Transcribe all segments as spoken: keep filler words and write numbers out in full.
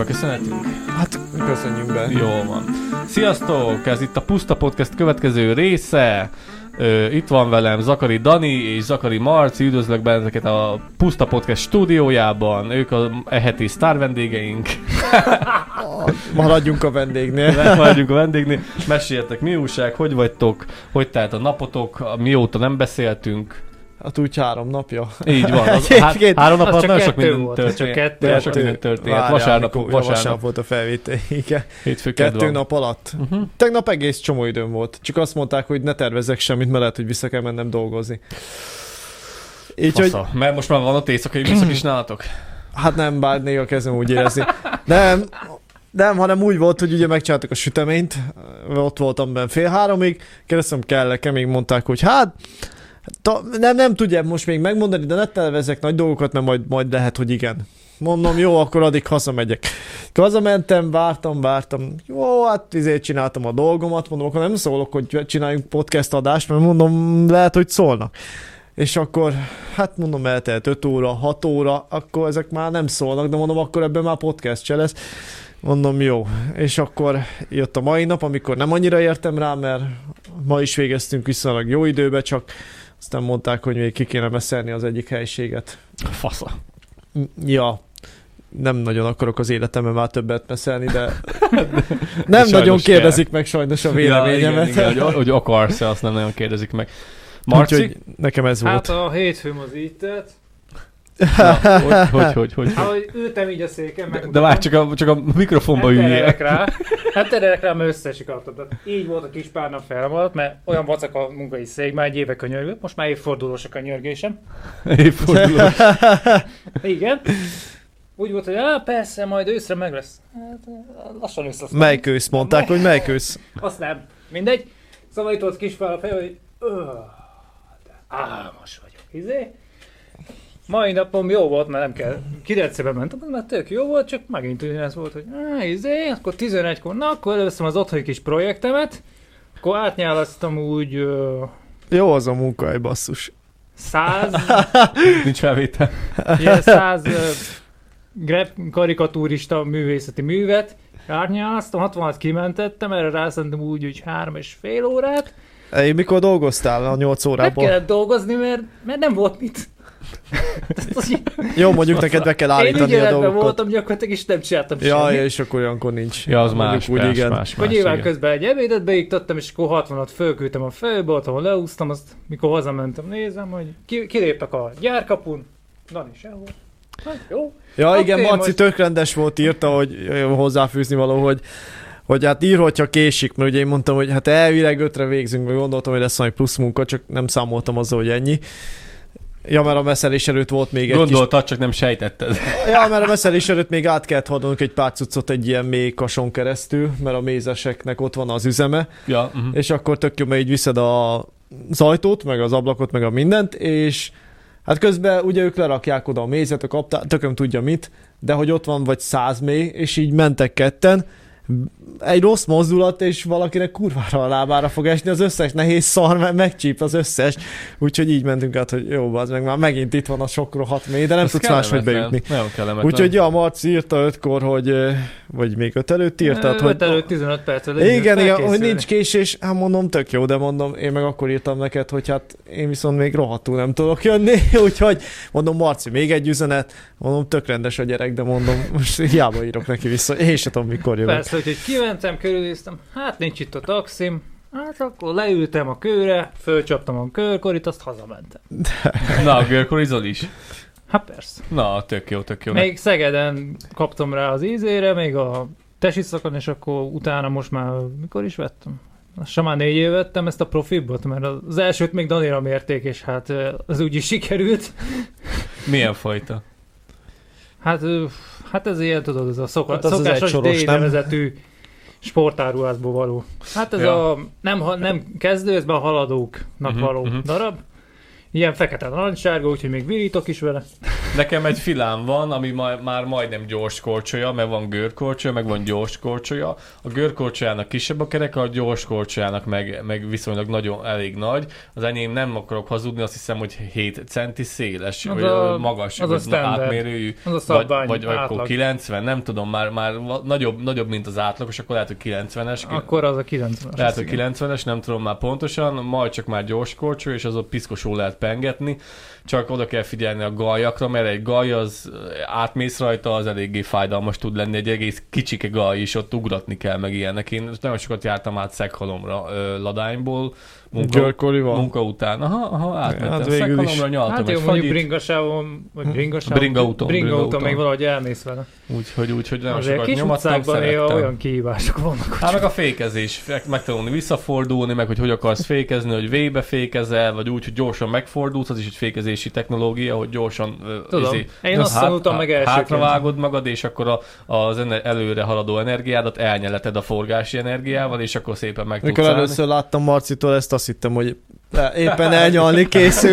köszönhetünk? Hát, köszönjünk be. Jó van. Sziasztok! Ez itt a Puszta Podcast következő része. Ö, itt van velem Zakari Dani és Zakari Marci. Üdvözlök benneteket a Puszta Podcast stúdiójában. Ők a eheti sztár vendégeink. Maradjunk a vendégnél. Maradjunk a vendégnél. Meséljetek, mi újság, hogy vagytok, hogy telt a napotok, mióta nem beszéltünk. Hát úgy három napja. Így van. Az, há- három nap alatt nagyon sok minden történt. Csak kettő. Nagyon sok minden történt. Várjál, Vasárnap, mikor, vasárnap. vasárnap volt a felvétel. Igen. Hétfő, Kettő nap alatt. Uh-huh. Tegnap egész csomó időm volt. Csak azt mondták, hogy ne tervezzek semmit, mert lehet, hogy vissza kell mennem dolgozni. Így, hogy... Mert most már van ott éjszakai műszak is nálatok? Hát nem, bár néha kezdem úgy érezni. Nem, nem, hanem úgy volt, hogy ugye megcsináltak a süteményt, ott voltam benn fél háromig, kérdeztem kell-e, még mondták, hogy hát ta, nem, nem tudja most még megmondani, de ne tervezzek nagy dolgokat, mert majd, majd lehet, hogy igen. Mondom, jó, akkor addig hazamegyek. Hazamentem, vártam, vártam. Jó, hát izét csináltam a dolgomat, mondom, akkor nem szólok, hogy csináljunk podcast adást, mert mondom, lehet, hogy szólnak. És akkor, hát mondom, eltelt öt óra, hat óra, akkor ezek már nem szólnak, de mondom, akkor ebben már podcast se lesz. Mondom, jó. És akkor jött a mai nap, amikor nem annyira értem rá, mert ma is végeztünk viszonylag jó időbe, csak aztán mondták, hogy még ki kéne beszélni az egyik helységet. Fasza. Ja, nem nagyon akarok az életemben már többet beszélni, de nem nagyon kérdezik kell. meg sajnos a véleményemet. Ja, igen, igen, hogy, hogy akarsz-e, azt nem nagyon kérdezik meg. Marci? Úgyhogy nekem ez hát volt. Hát a hétfőm az így tett. Na, hogy, hogy, hogy, hogy. Hát, hogy ültem így a széken, megmutatom. De várj, csak a, csak a mikrofonba üljél. rá. Hát terelek rá, mert összesikadtam. Így volt a kis pár nap felmaradt, mert olyan vacak a munkai szék, már egy éve könyörgő. Most már évfordulós a könyörgésem. Évfordulós. Igen. Úgy volt, hogy á, persze, majd őszre meg lesz. Hát, lassan ősz lesz. Melyik ősz? Mondták, hogy melyik ősz? Azt nem. Mindegy. Szóval itt volt kis pár a fej, hogy álmos vagyok. Izé? Mai napom jó volt, mert nem kell. kilencben mentem, mert tök jó volt, csak megint ugyanez volt, hogy á, izé, akkor tizenegykor, na, akkor először az otthoni kis projektemet, akkor átnyálasztam úgy... Uh, jó az a munkahely, basszus. Száz... Nincs felvétel. Ilyen száz uh, grep karikatúrista művészeti művet, átnyálasztam, hatvanat kimentettem, erre rászentem úgy, úgy három és fél órát. Én mikor dolgoztál a nyolc órából? Nem kellett dolgozni, mert, mert nem volt mit. Jó, mondjuk neked be kell állítani én a dolgokat. Én voltam gyakorlatilag, és nem csináltam ja, semmit. Ja, és akkor olyankor nincs. Ja, az más, úgy, más, igen. más, más, Hogy nyilván igen. közben egy ebédet beiktattam, és akkor hatvanat fölküldtem a fejbe, ott, ahol leúztam, azt mikor hazamentem, nézem, hogy ki, kiléptek a gyárkapun. Dani sehol. Hát, jó. Ja, okay, igen, Marci most... tök rendes volt, írta, hogy hozzáfűzni való, hogy hogy hát ír, hogyha késik, mert ugye én mondtam, hogy hát elvileg ötre végzünk, mert gondoltam, hogy lesz valami plusz munka, csak nem számoltam azzal, hogy ennyi. Ja, mert a messzelés előtt volt még egy Gondoltad, kis... csak nem sejtetted. Ja, mert a messzelés előtt még át kellett hordnunk egy pár cuccot egy ilyen mély kason keresztül, mert a mézeseknek ott van az üzeme, ja, uh-huh. és akkor tök jó, mert így viszed a... az ajtót, meg az ablakot, meg a mindent, és hát közben ugye ők lerakják oda a mézet, a kaptál, tököm tudja mit, de hogy ott van vagy száz mély, és így mentek ketten, egy rossz mozdulat, és valakinek kurvára a lábára fog esni az összes nehéz szar, mert megcsíp az összes. Úgyhogy így mentünk át, hogy jó, az meg már megint itt van a sok rohadt mély, de nem ez tudsz máshogy bejutni. Nagyon kellemetlen. Úgyhogy ja, Marci írta ötkor, hogy vagy még öt előtt írtad, hogy... öt előtt tizenöt percet. Igen, igen, hogy nincs késés, hát mondom, tök jó, de mondom, én meg akkor írtam neked, hogy hát én viszont még rohadtul nem tudok jönni, úgyhogy mondom, Marci, még egy üzenet, mondom, tök rendes a gyerek, de mondom, most hiába írok neki vissza, én sem tudom, mikor jövök. Persze, úgyhogy kimentem, körülnéztem, hát nincs itt a taxim, hát akkor leültem a kőre, fölcsaptam a körkorit, azt hazamentem. Na, a görkorizol is? Hát persze. Na, tök jó, tök jó. Még Szegeden kaptam rá az ízére, még a tesiszakon, és akkor utána most már, mikor is vettem? Azt sem már négy év vettem ezt a profibot, mert az elsőt még Danira mérték, és hát az úgy is sikerült. Milyen fajta? Hát, hát ez ilyen, tudod, ez a szoka, hát az szokásos az D nevezetű sportáruházból való. Hát ez ja. a nem, nem kezdő, ez a haladóknak uh-huh, való uh-huh. darab. Ilyen fekete narancssárga, úgyhogy még virítok is vele. Nekem egy filám van, ami ma- már majdnem gyors korcsolya, mert van görkorcsolya, meg van gyors korcsolya. A görkorcsolyának kisebb a kereke, a gyors korcsolyának meg, meg viszonylag nagyon elég nagy. Az enyém, nem akarok hazudni, azt hiszem, hogy hét centi széles, az vagy a, magas, az vagy a átmérőjű, az a szabvány, vagy, vagy akkor kilencven, nem tudom, már, már nagyobb, nagyobb, mint az átlagos, akkor lehet, hogy kilencvenes. Akkor az a kilencvenes. Lehet, hogy kilencvenes, nem tudom már pontosan, majd csak már gyors korcsolya, és az ott piszkosul lehet pengetni. Csak oda kell figyelni a galjakra, mert egy gaj az átmész rajta, az eléggé fájdalmas tud lenni, egy egész kicsike gaj is, ott ugratni kell meg ilyenek. Én nagyon sokat jártam át Szeghalomra Ladányból, munka, munka után. Aha, aha, átmentem hát Szeghalomra, nyaltam hát egy jó, fagyit. mondjuk bringasávon, vagy bringasávon, bringautón, bringautón még valahogy elmész vele. Úgyhogy úgy, hogy nagyon azért sokat kis nyomattam, utcákban szerettem. olyan kihívások vannak. Hát meg a fékezés, megtanulni visszafordulni, meg hogy hogy akarsz fékezni, hogy V-be fékezel, vagy úgy, hogy gyorsan megfordulsz, az is egy fékezési technológia, hogy gyorsan Tudom, izé, én azt tanultam hát, meg elsőként. hátravágod magad, és akkor a, az előre haladó energiádat elnyeleted a forgási energiával, és akkor szépen meg tudsz Mikor állni. először láttam Marcitól ezt, azt hittem, hogy éppen elnyalni készül.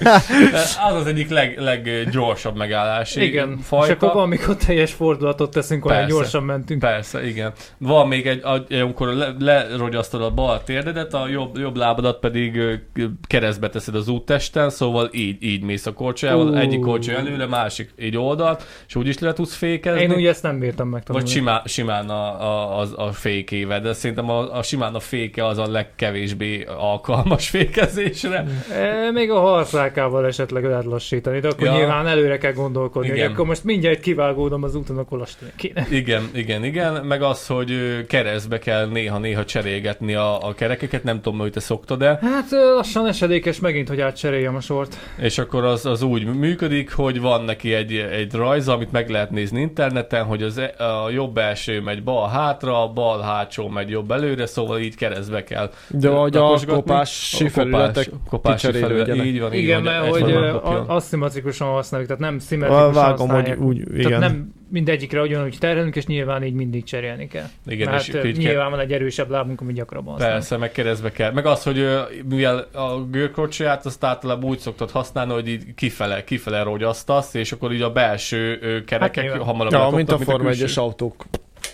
Az az egyik leg, leggyorsabb megállási igen, fajta. És akkor valamikor teljes fordulatot teszünk, olyan gyorsan mentünk. Persze, igen. Van még egy, amikor le, lerogyasztod a bal térdedet, a jobb, jobb lábadat pedig keresztbe teszed az úttesten, szóval így, így mész a korcsolyával, uh. egyik korcsolya előre, másik így oldalt, és úgy is le tudsz fékezni. Én úgy ezt nem bírtam megtanulni. Vagy simán, simán a, a, a, a fékével, de szerintem a, a simán a féke az a legkevésbé alkalmas fékezésre. E, még a harcrákával esetleg lehet lassítani, de akkor ja. nyilván előre kell gondolkodni, igen. Hogy akkor most mindjárt kivágódom az úton, akkor lassítani kéne. Igen, igen, igen, meg az, hogy keresztbe kell néha-néha cserélgetni a, a kerekeket, nem tudom, hogy te szoktad-e. Hát lassan esedékes megint, hogy átcseréljem a sort. És akkor az, az úgy működik, hogy van neki egy, egy rajza, amit meg lehet nézni interneten, hogy az, a jobb első megy bal hátra, a bal hátsó megy jobb előre, szóval így keresztbe kell. De hogy a kopási felületek kicserélődjenek. Így van, így igen, van, mert hogy aszimmetrikusan használjuk, tehát nem szimmetrikusan vágom, használják. Hogy úgy, igen. Tehát nem mindegyikre ugyanúgy terhelünk, és nyilván így mindig cserélni kell. Igen, mert és így nyilván van egy erősebb lábunk, ami gyakrabban használni. Persze, meg keresztbe kell. Meg az, hogy mivel a görkorcsolyát azt általában úgy szoktad használni, hogy így kifele, kifele rogyasztasz, és akkor így a belső kerekek hát, hamarabb ja, lekopnak, mint a Forma külső... egyes autók.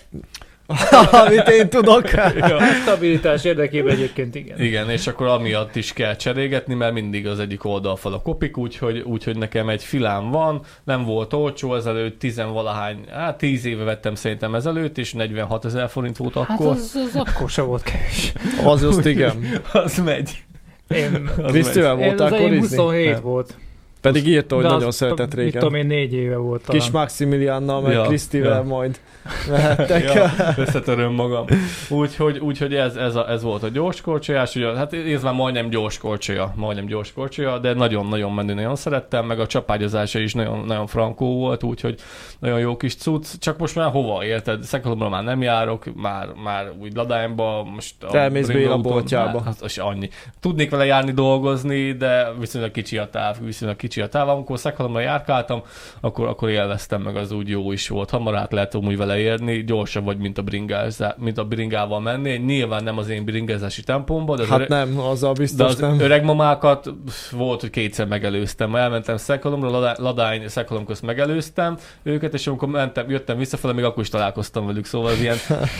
Amit én tudok. Ja, a stabilitás érdekében egyébként igen. Igen, és akkor amiatt is kell cserélgetni, mert mindig az egyik oldalfal a kopik, úgyhogy, úgyhogy nekem egy filám van, nem volt olcsó ezelőtt, tizenvalahány, hát tíz éve vettem szerintem ezelőtt, és negyvenhat ezer forint volt akkor. Hát az, az akkor se volt kevés. Az azt igen. Az megy. Én, Krisztivel voltál korizni? huszonhét nem. Volt. Pedig írta, hogy de nagyon az, szeretett régen. Mit tudom én, négy éve volt talán. Kis Maximiliánnal, meg ja, Krisztivel ja. majd mehettek. Ja, összetöröm magam. Úgyhogy úgy, ez, ez, a, ez volt a gyors korcsolyás, ugye, hát ez már majdnem gyors korcsolya, majdnem gyors korcsolya, de nagyon-nagyon menő, nagyon szerettem, meg a csapágyozása is nagyon, nagyon frankó volt, úgyhogy nagyon jó kis cucc, csak most már hova érted? Szeghalomra már nem járok, már, már úgy Ladányba, most a elmész Béla boltjába. Hát, az annyi. Tudnék vele járni dolgozni, de viszonylag kicsi a táv, viszonylag kicsi a táv. Amikor Szeghalomra járkáltam, akkor, akkor élveztem, meg az úgy jó is volt. Hamar át lehet úgy vele érni, gyorsabb vagy, mint a, bringázá, mint a bringával menni. Nyilván nem az én bringázási tempomban, de az, hát öre... nem, azzal biztos de az nem. öregmamákat volt, hogy kétszer megelőztem. Elmentem Szeghalomra, Ladány, Szeghalom közt megelőztem őket, és amikor mentem, jöttem visszafele, még akkor is találkoztam velük. Szóval az ilyen,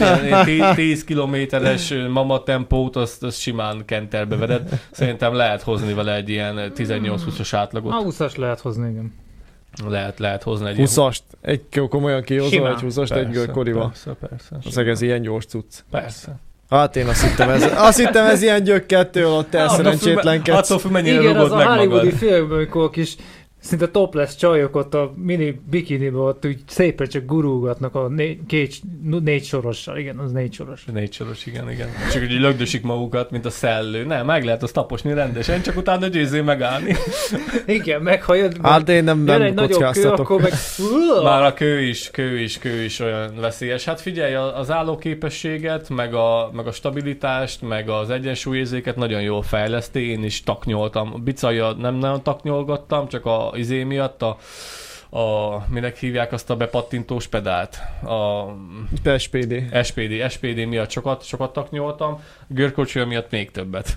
ilyen tíz kilométeres mama tempót, azt, azt simán kenterbe veded. Szerintem lehet hozni vele egy ilyen tizennyolc-húszas átlagot. A húszas lehet hozni, igen. Lehet, lehet hozni egy húszast. Egy komolyan kihozol egy húszast egy görkorival. Persze, persze. Az ez ilyen gyors cucc. Persze. Hát én azt hittem ez, azt hittem ez ilyen gyök kettő alatt elszerencsétlenkedsz. Attól függ, mennyire igen, rugod meg magad. Igen, az a hollywoodi filmben, amikor kis szinte topless csajok ott a mini bikiniben ott úgy szépen csak gurulgatnak a négy, két, négy sorossal. Igen, az négy soros. Négy soros, igen, igen. Csak úgy lögdösik magukat, mint a szellő. Nem, meg lehet azt taposni rendesen, csak utána győzzé megállni. Igen, meg ha jön, hát én nem, nem egy nagyobb kő, akkor meg... Már a kő is, kő is, kő is olyan veszélyes. Hát figyelj, az állóképességet, meg a, meg a stabilitást, meg az egyensúlyérzéket nagyon jól fejleszti. Én is taknyoltam. A bicajjal nem nagyon taknyolgattam, csak a izé miatt, a, a, minek hívják azt a bepattintós pedált? A es pé dé. es pé dé. es pé dé miatt sokat, sokat taknyoltam, görkocsia miatt még többet.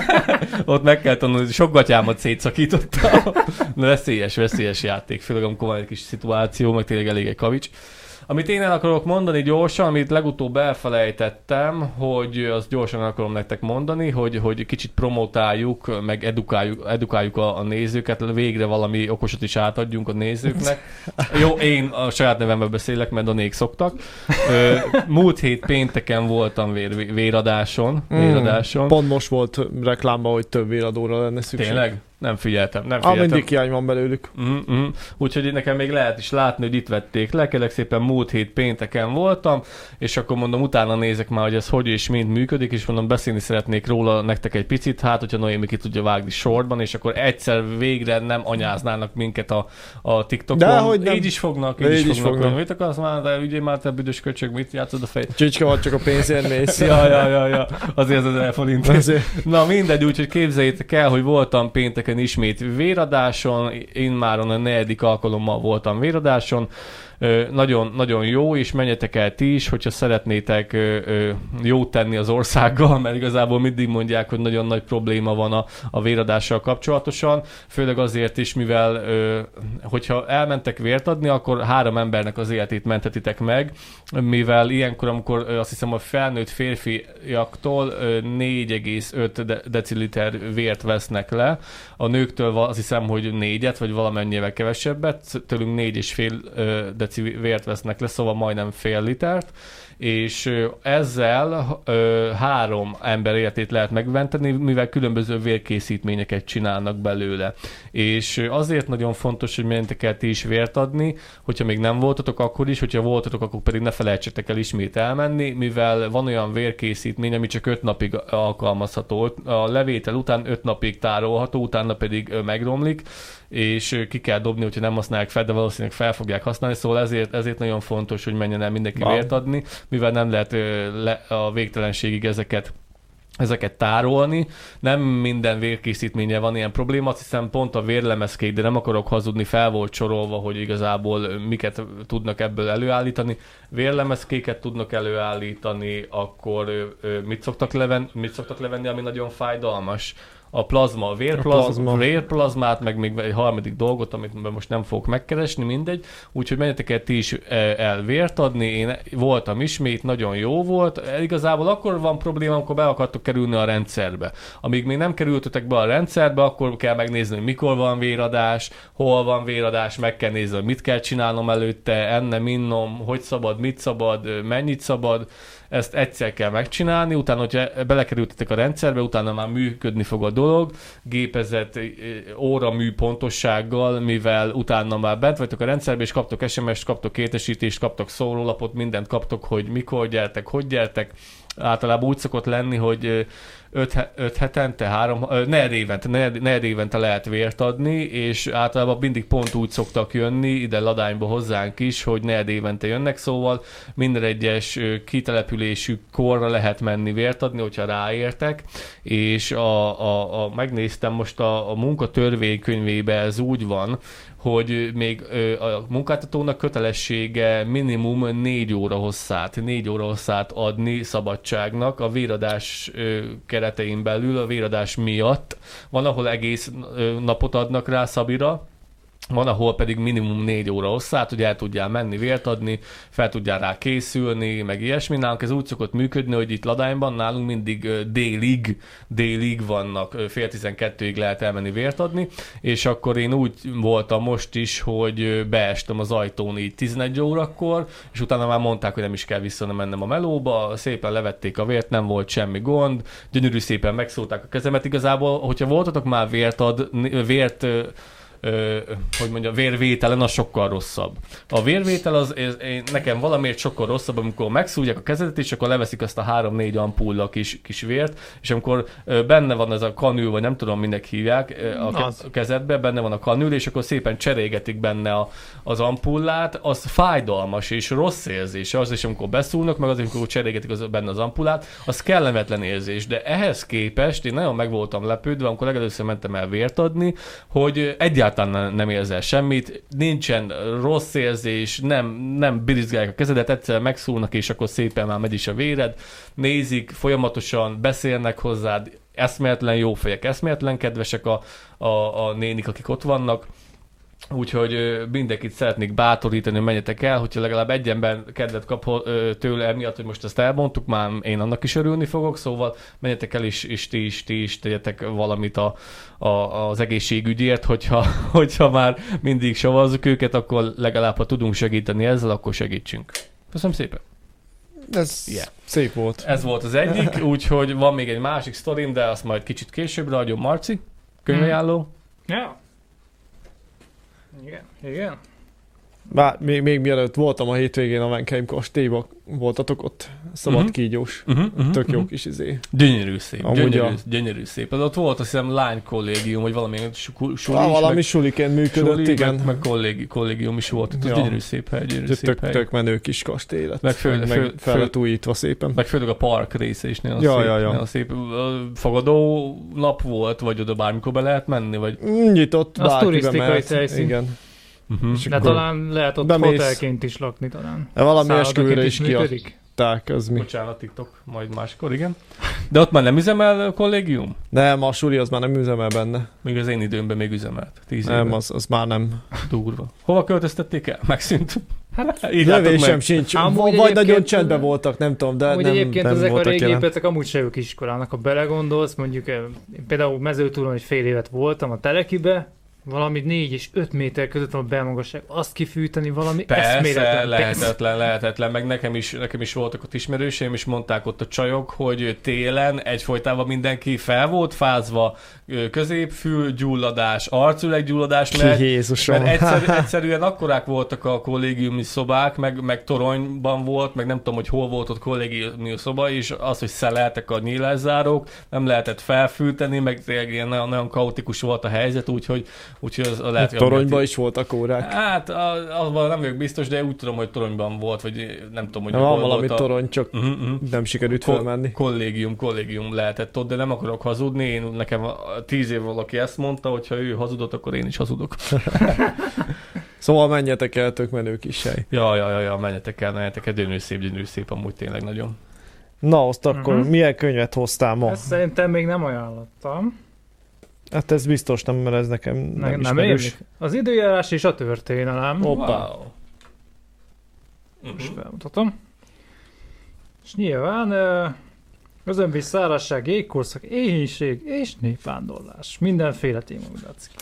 Ott meg kell tanulni, sok gatyámat szétszakítottam. De veszélyes, veszélyes játék, főleg amikor van egy kis szituáció, meg tényleg elég egy kavics. Amit én el akarok mondani gyorsan, amit legutóbb elfelejtettem, hogy azt gyorsan el akarom nektek mondani, hogy, hogy kicsit promotáljuk, meg edukáljuk, edukáljuk a, a nézőket, végre valami okosat is átadjunk a nézőknek. Jó, én a saját nevemben beszélek, mert a nék szoktak. Ö, múlt hét pénteken voltam vér, véradáson. véradáson. Mm, pont most volt reklámban, hogy több véradóra lenne szükség. Tényleg? Nem figyeltem, nem Ah, figyeltem. mindig hiány van belőlük. Mm-hmm. Úgyhogy nekem még lehet is látni, hogy itt vették le, kérlek szépen múlt hét pénteken voltam, és akkor mondom, utána nézek már, hogy ez hogy és mind működik, és mondom, beszélni szeretnék róla nektek egy picit, hát hogyha Noémi ki tudja vágni sorban, és akkor egyszer végre nem anyáznának minket a, a TikTokon. De hogy nem. Így is fognak, így, így is is fognak. fognak. Mit akarsz már, de ugye már te büdös köcsög, mit játszod a fej? Csicska, vagy csak a pénzért mész. ja, ja, ja, ja, azért az elforint. Azért. Na mindegy, úgyhogy képzeljétek el, hogy voltam pénteken ismét véradáson, én már a negyedik alkalommal voltam véradáson, Ö, nagyon, nagyon jó, és menjetek el ti is, hogyha szeretnétek ö, ö, jót tenni az országgal, mert igazából mindig mondják, hogy nagyon nagy probléma van a, a véradással kapcsolatosan, főleg azért is, mivel ö, hogyha elmentek vért adni, akkor három embernek az életét mentetitek meg, mivel ilyenkor, amikor ö, azt hiszem a felnőtt férfiaktól ö, négy egész öt de- deciliter vért vesznek le, a nőktől azt hiszem, hogy négyet, vagy valamennyivel kevesebbet, tőlünk négy és fél deciliter vért vesznek le, szóval majdnem fél litert, és ezzel ö, három ember életét lehet megmenteni, mivel különböző vérkészítményeket csinálnak belőle. És azért nagyon fontos, hogy menjetek el ti is vért adni, hogyha még nem voltatok, akkor is, hogyha voltatok, akkor pedig ne felejtsetek el ismét elmenni, mivel van olyan vérkészítmény, ami csak öt napig alkalmazható. A levétel után öt napig tárolható, utána pedig megromlik, és ki kell dobni, hogyha nem használják fel, de valószínűleg fel fogják használni, szóval ezért, ezért nagyon fontos, hogy menjen el mindenki Wow. vért adni, mivel nem lehet ö, le, a végtelenségig ezeket ezeket tárolni. Nem minden vérkészítménye van ilyen probléma, azt hiszem pont a vérlemezkék, de nem akarok hazudni, fel volt sorolva, hogy igazából miket tudnak ebből előállítani. Vérlemezkéket tudnak előállítani, akkor ö, ö, mit, szoktak leven, mit szoktak levenni, ami nagyon fájdalmas? A plazma, a vérplazma, a vérplazmát, meg még egy harmadik dolgot, amit most nem fogok megkeresni, mindegy. Úgyhogy menjetek el ti is el vért adni. Én voltam ismét, nagyon jó volt. Igazából akkor van probléma, amikor be akartok kerülni a rendszerbe. Amíg még nem kerültetek be a rendszerbe, akkor kell megnézni, hogy mikor van véradás, hol van véradás, meg kell nézni, hogy mit kell csinálnom előtte, ennem, innom, hogy szabad, mit szabad, mennyit szabad. Ezt egyszer kell megcsinálni, utána, hogyha belekerültetek a rendszerbe, utána már működni fog a dolog, gépezett óramű pontossággal, mivel utána már bent vagytok a rendszerbe, és kaptok es em es-t, kaptok értesítést, kaptok szórólapot, mindent kaptok, hogy mikor gyertek, hogy gyertek. Általában úgy szokott lenni, hogy öt, öt hetente, három, negyed évente, negyed, negyed évente lehet vért adni, és általában mindig pont úgy szoktak jönni ide Ladányba hozzánk is, hogy negyed évente jönnek, szóval minden egyes kitelepülésük korra lehet menni vért adni, hogyha ráértek, és a, a, a, megnéztem most a, a munkatörvénykönyvében ez úgy van, hogy még a munkáltatónak kötelessége minimum négy óra hosszát, négy óra hosszát adni szabadságnak a véradás keretein belül, a véradás miatt. Van, ahol egész napot adnak rá Szabira, van, ahol pedig minimum négy óra hosszát, hogy el tudjál menni, vért adni, fel tudjál rá készülni, meg ilyesmi. Nálunk ez úgy szokott működni, hogy itt Ladányban nálunk mindig délig, délig vannak, fél tizenkettőig lehet elmenni vért adni, és akkor én úgy voltam most is, hogy beestem az ajtón így tizenegy órakor, és utána már mondták, hogy nem is kell vissza mennem a melóba, szépen levették a vért, nem volt semmi gond, gyönyörű szépen megszólták a kezemet. Igazából, hogyha voltatok már vért ad, vért Ö, hogy mondja, vérvételen az sokkal rosszabb. A vérvétel az, ez, én, nekem valamiért sokkal rosszabb, amikor megszúrják a kezedet, és akkor leveszik azt a három-négy ampulla kis, kis vért, és amikor ö, benne van ez a kanül, vagy nem tudom, minek hívják ö, a, ke- a kezedbe, benne van a kanül, és akkor szépen cserégetik benne a, az ampullát, az fájdalmas és rossz érzés. Az is, amikor beszúrnak, meg az, amikor cserégetik az, benne az ampullát, az kellemetlen érzés. De ehhez képest én nagyon meg voltam lepődve, amikor legelőször mentem el vért adni, hogy egyáltalán egyáltalán nem érzel semmit, nincsen rossz érzés, nem, nem birizgálják a kezedet, egyszer megszúrnak, és akkor szépen már megy is a véred, nézik, folyamatosan beszélnek hozzád, eszméletlen jó fejek, eszméletlen kedvesek a, a, a nénik, akik ott vannak. Úgyhogy ö, mindenkit szeretnék bátorítani, hogy menjetek el, hogyha legalább egy ember kedvet kap ö, tőle emiatt, hogy most ezt elmondtuk, már én annak is örülni fogok, szóval menjetek el, és, és ti is, ti is tegyetek valamit a, a, az egészségügyért, hogyha, hogyha már mindig savazzuk őket, akkor legalább, ha tudunk segíteni ezzel, akkor segítsünk. Köszönöm szépen! Ez yeah. szép volt. Ez volt az egyik, úgyhogy van még egy másik sztorim, de azt majd kicsit későbbre adjon Marci, könyvajánló. Ja. Igen, igen. Bár még, még mielőtt voltam a hétvégén a Venkeim kastélyban, voltatok ott, szabad uh-huh. kígyós, uh-huh, uh-huh, tök jó uh-huh. kis izé. Gyönyörű szép, Amúgy gyönyörű, a... gyönyörű szép. Az ott volt azt hiszem lány kollégium, vagy valami suli, ah, valami meg, suliként működött, suli, igen. Meg, meg kollégi, kollégium is volt, ott ja. gyönyörű szép hely, gyönyörű tök, szép hely. Tök menő kis kastély lett, meg, föl, meg föl, fel lett újítva szépen. Meg főleg a park része is nagyon ja, szép, ja, ja. nagyon szép. Fogadó nap volt, vagy oda bármikor be lehet menni, vagy... Nyitott, bárki bemehet. Helyszín. Igen. Uh-huh. De talán lehet ott bemész. Hotelként is lakni talán. De valami esküvőre is kiadták, az mi. Bocsánat, TikTok, majd máskor, igen. De ott már nem üzemel a kollégium? Nem, a suli az már nem üzemel benne. Még az én időmben még üzemelt. Tíz nem, éve. az, az már nem. Durva. Hova költöztették el? Megszűnt. Hát, lövésem sincs. Amúgy vagy nagyon csendben voltak, nem tudom, de amúgy nem, egyébként nem ezek a régi jelen. épületek amúgy se ők iskolának. Ha belegondolsz, mondjuk én például Mezőtúron egy fél évet voltam a Telekibe, valami négy és öt méter között van a belmagasság, azt kifűteni valami eszméletlen. Persze, lehetetlen, lehetetlen, meg nekem is, nekem is voltak ott ismerőseim, és mondták ott a csajok, hogy télen egyfolytában mindenki fel volt fázva, középfül gyulladás, arcüreggyulladás, mert, mert egyszer, egyszerűen akkorák voltak a kollégiumi szobák, meg, meg toronyban volt, meg nem tudom, hogy hol volt ott kollégiumi szoba, és az, hogy szeleltek a nyílászárók, nem lehetett felfűteni, meg ilyen nagyon, nagyon kaotikus volt a helyzet, úgyhogy Úgyhogy az, az lehet, toronyban is voltak órák. Hát azban nem vagyok biztos, de úgy tudom, hogy toronyban volt, vagy nem tudom, hogy van hol valami volt a... torony, csak uh-huh, uh-huh. nem sikerült Ko- felmenni. Kollégium, kollégium lehetett ott, de nem akarok hazudni. Én nekem tíz év valaki ezt mondta, hogy ha ő hazudott, akkor én is hazudok. Szóval menjetek el, tök menő kis hely. Ja, ja, ja, ja, menjetek el, menjetek el, gyönyörű szép, gyönyörű szép, amúgy tényleg nagyon. Na, azt akkor uh-huh. milyen könyvet hoztál ma? Ezt szerintem még nem ajánlottam. Hát ez biztos nem, mert ez nekem nem, nem ismerős. Az időjárás és a történelem. Hoppá. Wow. Most felmutatom. És nyilván özönvíz, szárazság, jégkorszak, éhínség és népvándorlás. Mindenféle téma látszik.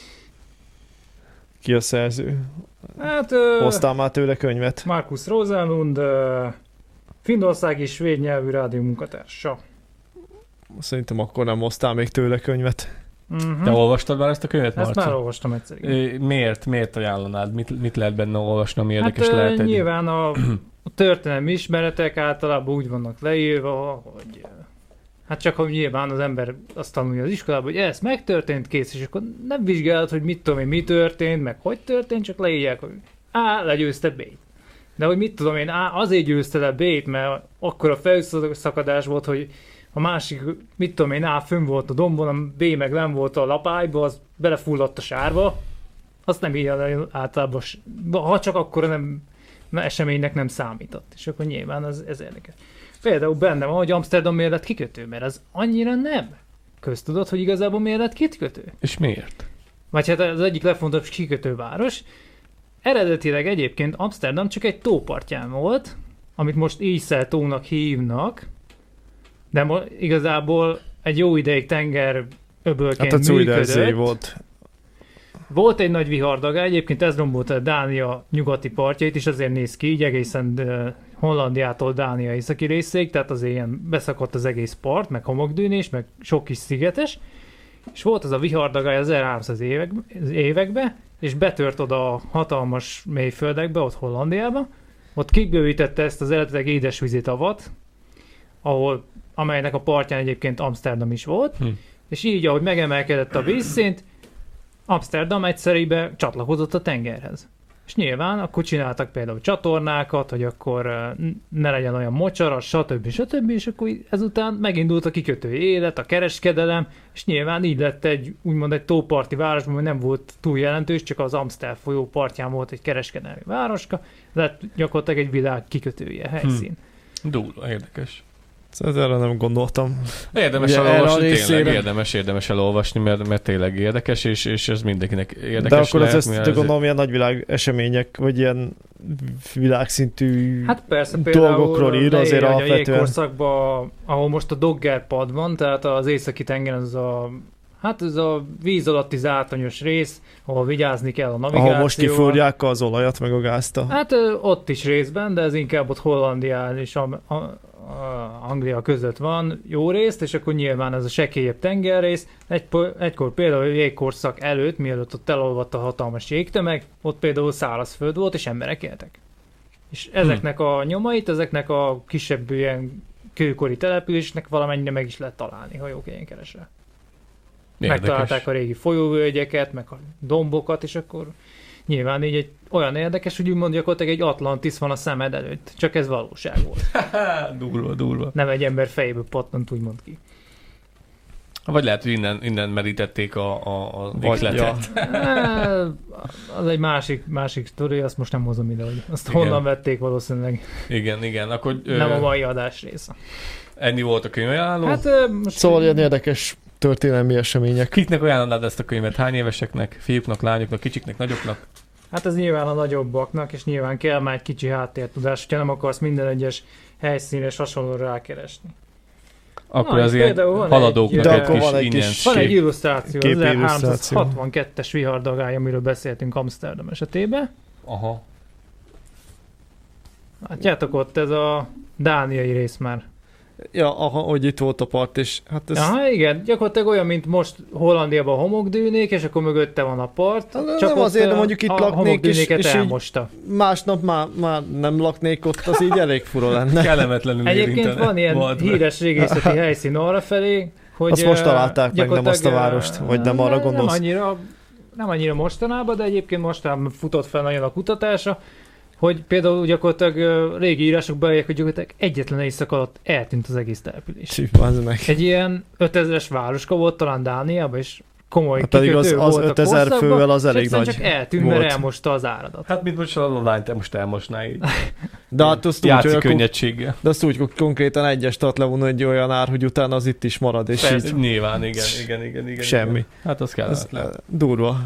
Ki a szerző? Hát... Hoztál már tőle könyvet? Markus Rosenlund, finnországi svéd nyelvű rádió munkatársa. Szerintem akkor nem hoztál még tőle könyvet. Uh-huh. Te olvastad már ezt a könyvet, Marci? Ezt már olvastam egyszer. Igen. Miért? Miért ajánlanád? Mit, mit lehet benne olvasni, ami érdekes hát, lehet? Nyilván a, a történelmi ismeretek általában úgy vannak leírva, hogy hát csak hogy nyilván az ember azt tanulja az iskolában, hogy ez megtörtént, kész, és akkor nem vizsgálod, hogy mit tudom én, mi történt, meg hogy történt, csak leírják, hogy A, legyőzte B-t. De hogy mit tudom én, A, azért győzte le B-t, mert akkor a felszakadás volt, hogy a másik, mit tudom én, A fönn volt a dombon, a B meg nem volt a lapályba, az belefulladt a sárba, azt nem írja általában, ha csak akkor nem, eseménynek nem számított. És akkor nyilván az, ez érdekes. Például benne van, hogy Amsterdam miért lett kikötő, mert az annyira nem. Köztudod, hogy igazából miért lett kikötő? És miért? Vagy hát az egyik legfontosabb kikötőváros. Eredetileg egyébként Amsterdam csak egy tópartján volt, amit most Íszel tónak hívnak, de mo- igazából egy jó ideig tengeröbölként hát működött. Volt. Volt egy nagy vihardaga, egyébként ez rombolta a Dánia nyugati partjait, és azért néz ki így egészen uh, Hollandiától Dánia északi részéig, tehát azért ilyen beszakadt az egész part, meg homokdűnés, meg sok kis szigetes, és volt az a vihardagály az ezerháromszáz évek, években, és betört oda a hatalmas mélyföldekbe, ott Hollandiába, ott kibővítette ezt az eredetileg édesvízi tavat, ahol, amelynek a partján egyébként Amsterdam is volt, hm. és így, ahogy megemelkedett a vízszint, Amsterdam egyszerűen csatlakozott a tengerhez. És nyilván akkor csináltak például csatornákat, hogy akkor ne legyen olyan mocsaras, stb. stb. És akkor ezután megindult a kikötői élet, a kereskedelem, és nyilván így lett egy, úgymond egy tóparti város, ami nem volt túl jelentős, csak az Amstel folyó partján volt egy kereskedelmi városka, lett gyakorlatilag egy világ kikötője helyszín. Hm. Durva, érdekes. Erre nem gondoltam. Érdemes Ugye elolvasni, erre a tényleg részére- érdemes, érdemes elolvasni, mert, mert tényleg érdekes, és, és ez mindenkinek érdekes De akkor lehet, az ezt mivel de ez- gondolom ilyen nagyvilág események, vagy ilyen világszintű Hát persze, például dolgokról ír leírja, azért hogy a alapvetően. jégkorszakban, ahol most a Dogger pad van, tehát az északi tengeren az a, hát ez a víz alatti zátonyos rész, ahol vigyázni kell a navigációval. Ahol most kifúrják az olajat, meg a gázt. a- Hát ö, ott is részben, de ez inkább ott Hollandia és a, a, a Anglia között van jó részt, és akkor nyilván ez a sekélyebb tengerrész. Egy, egykor például a jégkorszak előtt, mielőtt ott elolvadt a hatalmas jégtömeg, ott például szárazföld volt, és emberek éltek. És ezeknek a nyomait, ezeknek a kisebb ilyen kőkori településnek valamennyire meg is lehet találni, ha jó helyen keresel. Érdekes. Megtalálták a régi folyóvölgyeket, meg a dombokat, és akkor nyilván így egy olyan érdekes, hogy úgymond gyakorlatilag egy Atlantis van a szemed előtt, csak ez valóság volt. durva, durva. Nem egy ember fejéből pattant, úgymond ki. Vagy lehet, hogy innen, innen merítették a, a, a Vagy- végletet. Eh, az egy másik, másik sztori, azt most nem hozom ide, hogy azt Igen. honnan vették valószínűleg. Igen, igen. Akkor ö, Nem a mai adás része. ennyi volt a könyvajánló. Hát ö, most... Szóval ilyen érdekes történelmi események. Kiknek ajánlanád ezt a könyvet? Hány éveseknek? Fiúknak, lányoknak, kicsiknek, nagyoknak? Hát ez nyilván a nagyobbaknak, és nyilván kell már egy kicsi háttértudás, hogyha nem akarsz minden egyes helyszínre és hasonlóra rákeresni. Akkor Na, az és ilyen például van haladóknak egy- egy, De akkor kis van egy ingyen. kis- Van egy Kép- illusztráció, az képillusztráció. ezerháromszázhatvankettes vihardagály, amiről beszéltünk Amsterdam esetében. Aha. Látjátok ott ez a dániai rész már. Ja, aha, hogy itt volt a part, és hát ez... Aha, igen, gyakorlatilag olyan, mint most Hollandiában a homokdűnék, és akkor mögötte van a part. Hát nem csak azért, ott, de ö, mondjuk itt a laknék, és- homokdűnéket és így- elmosta. Másnap már, már nem laknék ott, az így elég fura lenne. Kellemetlenül Egyébként érintene. van ilyen Volt be. híres régészeti helyszín arra felé, hogy... Azt most ö, találták meg, nem azt a gyakorlatilag, várost, ö, vagy nem arra gondolsz? Nem annyira, nem annyira mostanában, de egyébként mostanában futott fel nagyon a kutatása, hogy például gyakorlatilag ö, régi írások beírják, hogy gyakorlatilag egyetlen éjszaka alatt eltűnt az egész település. Csí, bazd meg. Egy ilyen ötezres városka volt talán Dániában, és komoly Hát pedig kikötő az- az volt a ötezer korszakban, fővel az és elég egyszerűen nagy csak eltűnt, mert volt. elmosta az áradat. Hát mint most a lányt te most elmosná így. De hát azt úgy, Játszik hogy akkor, könnyedséggel. de azt úgy, hogy konkrétan egyes tart levonni egy olyan ár, hogy utána az itt is marad, és Persze. így Nyilván, igen, igen, igen, igen. semmi. Igen. Hát az Ez kellemetlen. eh, durva.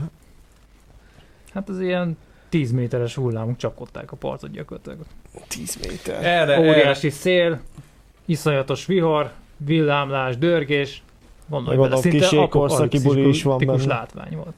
Hát az ilyen tíz méteres hullámok csapkodták a partot gyakorlatilag. tíz méter. Erre, erre, Óriási szél, iszonyatos vihar, villámlás, dörgés. Gondolj Meg bele, gondolom, kis szinte jégkorszaki buli is van apokaliptikus benne. látvány volt.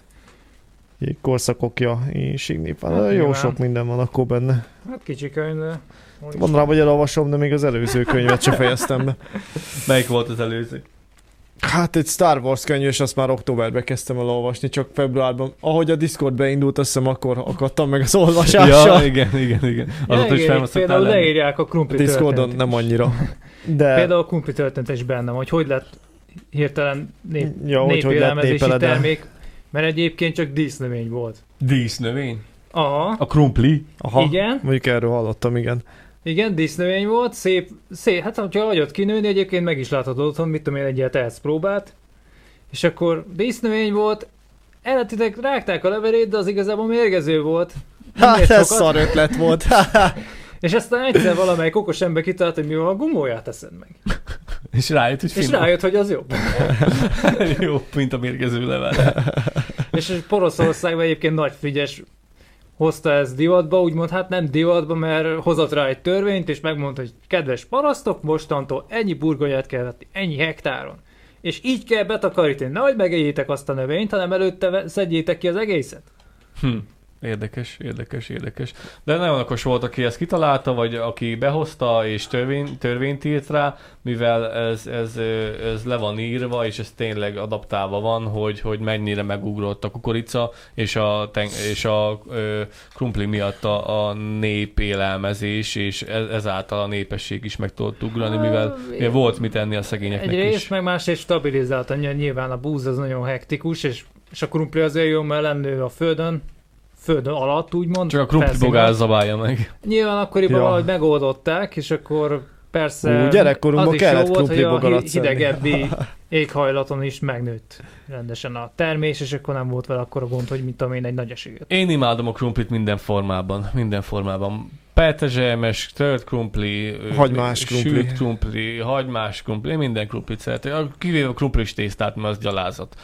Korszakokja, Sígnép. Hát Hát, jó nyilván. sok minden van akkor benne. Hát kicsi könyv, de... Van rá, hogy elolvasom, de még az előző könyvet se fejeztem be. Melyik volt az előző? Hát egy Star Wars könyv, és azt már októberben kezdtem el olvasni, csak februárban. Ahogy a Discord beindult, azt hiszem, akkor akadtam meg az olvasással. Ja, igen, igen, igen. Ja, Azóta is igen, felmasztottál például lenni. leírják a krumpli Discordon történetét nem is. annyira. De Például a krumpli történet is bennem, hogy hogy lett hirtelen nép, ja, hogy hogy lett népélelmezési népeled el. termék, mert egyébként csak dísznövény volt. Dísznövény? Aha, A krumpli? Aha, igen, mondjuk erről hallottam, igen. igen, dísznövény volt, szép, szép, hát ha hagyott kinőni, egyébként meg is láthatod otthon, mit tudom én, egy ilyet elsz próbált, és akkor dísznövény volt, eredetileg rágták a levelét, de az igazából mérgező volt. Nem Hát ért ez sokat. szar ötlet volt. És aztán egyszer valamelyik okos ember kitalált, hogy mi van, a gumóját teszed meg. És rájött, hogy És finom. rájött, hogy az jobb. Jó, mint a mérgező level. És Poroszországban egyébként nagy frigyes hozta ezt divatba, úgymond hát nem divatba, mert hozott rá egy törvényt, és megmondta, hogy kedves parasztok, mostantól ennyi burgonyát kell vetni, ennyi hektáron. És így kell betakarítani, nehogy megegyétek azt a növényt, hanem előtte ve- szedjétek ki az egészet. Hm. Érdekes, érdekes, érdekes. De nagyon okos volt, aki ezt kitalálta, vagy aki behozta és törvény, törvényt írt rá, mivel ez, ez, ez le van írva, és ez tényleg adaptálva van, hogy, hogy mennyire megugrott a kukorica, és a, ten, és a ö, krumpli miatt a, a nép élelmezés, és ez, ezáltal a népesség is meg tudott ugrani, mivel, mivel volt mit enni a szegényeknek Egyrészt, is. meg másrészt stabilizálta, nyilván a búz az nagyon hektikus, és, és a krumpli azért jó, mert lennő a földön, föld alatt, úgymond. Csak a krumplibogár zabálja meg. Nyilván akkoriban Ja. valahogy megoldották, és akkor persze Ú, gyerekkorunkban az is jó kellett volt, hogy a krumplibogarat hi- hidegebbi éghajlaton is megnőtt rendesen a termés, és akkor nem volt vele akkora gond, hogy mit tudom én, egy nagy esőt. Én imádom a krumplit minden formában. Minden formában. Petrezselyemes, tört krumpli, Hagymás krumpli. sült krumpli, hagymás krumpli, én minden krumplit szeretem. Kivéve a krumplis tésztát, mert az gyalázat.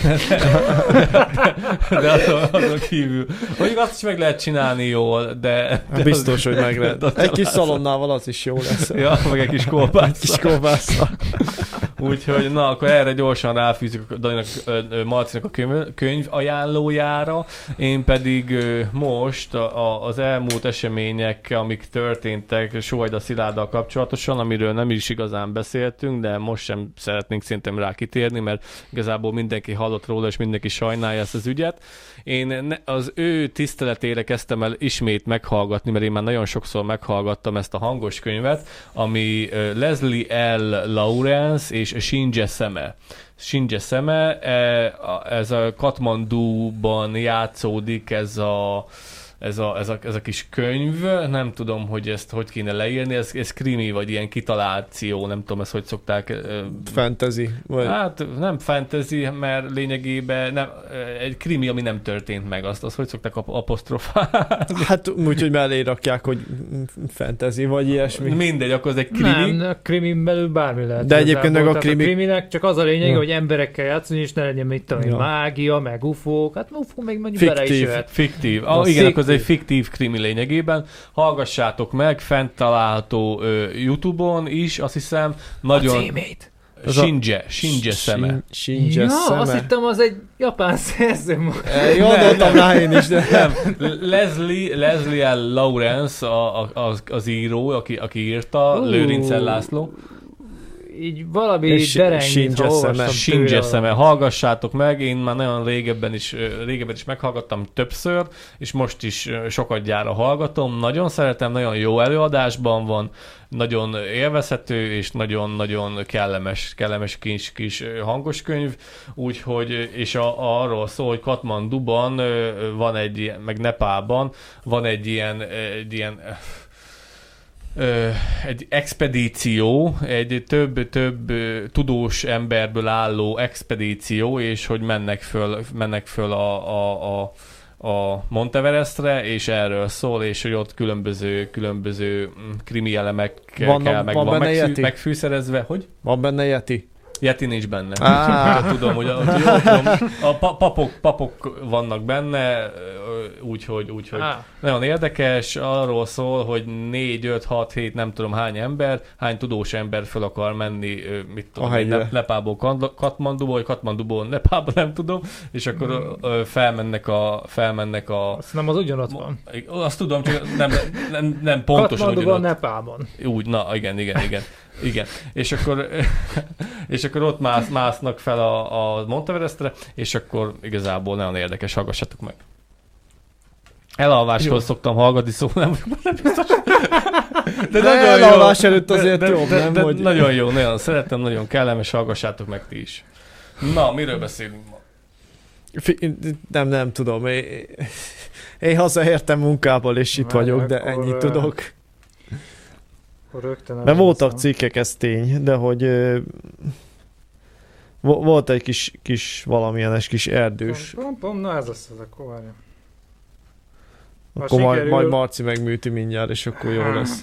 De azon, azon kívül. Mondjuk azt is meg lehet csinálni jól, de... de Biztos, az, hogy meg lehet. de az Egy kis gyalázat. szalonnával az is jó lesz. Ja, meg egy kis kolbász. Kis kolbásza. Úgyhogy na, akkor erre gyorsan ráfűzzük a Daninak, ö, ö, Marcinak a könyv, könyv ajánlójára. Én pedig ö, most a, a, az elmúlt események, amik történtek Sohajda Szilárddal kapcsolatosan, amiről nem is igazán beszéltünk, de most sem szeretnénk szerintem rá kitérni, mert igazából mindenki hallott róla, és mindenki sajnálja ezt az ügyet. Én ne, az ő tiszteletére kezdtem el ismét meghallgatni, mert én már nagyon sokszor meghallgattam ezt a hangos könyvet, ami ö, Leslie L. Lawrence és Shinje Seme. Shinje Seme, ez a Katmanduban játszódik, ez a Ez a, ez, a, ez a kis könyv, nem tudom, hogy ezt hogy kéne leírni, ez, ez krimi, vagy ilyen kitaláció, nem tudom, ezt hogy szokták... Fantasy. Vagy... Hát nem fantasy, mert lényegében nem, egy krimi, ami nem történt meg, azt, azt hogy szokták apostrofálni? Hát úgy, hogy mellé rakják, hogy fantasy, vagy ilyesmi. Mindegy, akkor ez egy krimi. Nem, a krimin belül bármi lehet. De egyébként meg a krimi... krimi... a kriminek csak az a lényeg, Ja. hogy emberekkel játszani, és ne legyen mit tudom, Ja. mágia, meg ufók. Hát ufó még mondjuk bele is Fiktív. jöhet. Fiktív. Az Ah, igen, akkor ez fiktív. egy fiktív krimi lényegében. Hallgassátok meg, fent található ö, YouTube-on is, azt hiszem. Nagyon... A címét. Shinje, Shinje Seme. Shinje Ja, Seme. azt hittem, az egy japán szerző. Gondoltam rá én is, de... Nem, Leslie, Leslie L. Lawrence a, a, az, az író, aki, aki írta, Ú. Lőrincel László. Így valami És dereng, Shinje mintha olvastam Seme. Shinje tőle. Seme, hallgassátok meg, én már nagyon régebben is, ö, régebben is meghallgattam többször, és most is ö, sokadjára hallgatom. Nagyon szeretem, nagyon jó előadásban van, nagyon élvezhető, és nagyon-nagyon kellemes, kellemes kis, kis ö, hangos könyv, úgyhogy, és a, arról szól, hogy Katmanduban ö, van egy ilyen, meg Nepálban van egy ilyen, egy ilyen Ö, egy expedíció, egy több-több tudós emberből álló expedíció, és hogy mennek föl, mennek föl a, a, a, a Monteverestre, és erről szól, és hogy ott különböző, különböző krimi elemekkel Van- kell, meg van van benne megfű, Yeti? megfűszerezve. Hogy? Van benne Yeti? Yeti nincs benne. Á. Úgyhogy tudom, hogy a, jól tudom, a pa- papok, papok vannak benne, úgyhogy úgy, Á. nagyon érdekes, arról szól, hogy négy, öt, hat, hét, nem tudom hány ember, hány tudós ember föl akar menni, ö, mit tudom, A hegyre. Nep- Nepálból Kan- Katmanduból, vagy Katmanduból Nepálba, nem tudom, és akkor ö, felmennek a, felmennek a Azt nem az ugyanott van. azt tudom, csak nem, nem, nem pontosan Katmanduban, ugyanott. Nepálban. Úgy, na igen, igen, igen. Igen. És akkor, és akkor ott mász, másznak fel a, a Monteverestre, és akkor igazából nagyon érdekes, hallgassatok meg. Elalváshoz szoktam hallgatni, szóval nem, nem biztos. De elalvás előtt azért de, de, jobb, de, nem? De, Hogy... nagyon jó, nagyon szeretem, nagyon kellemes, hallgassátok meg ti is. Na, miről beszélünk ma? Fi- Nem, nem tudom. Én, én hazaértem munkából, és itt Várj, vagyok, de akkor, ennyit ö, tudok. Akkor rögtön Mert voltak elveszem. cikkek, ez tény, de hogy ö, vo- volt egy kis, kis valamilyenes kis erdős. Pom, pom, na ez lesz az, akkor várja. Ha Akkor majd, sikerül- majd Marci megműti mindjárt, és akkor jó lesz.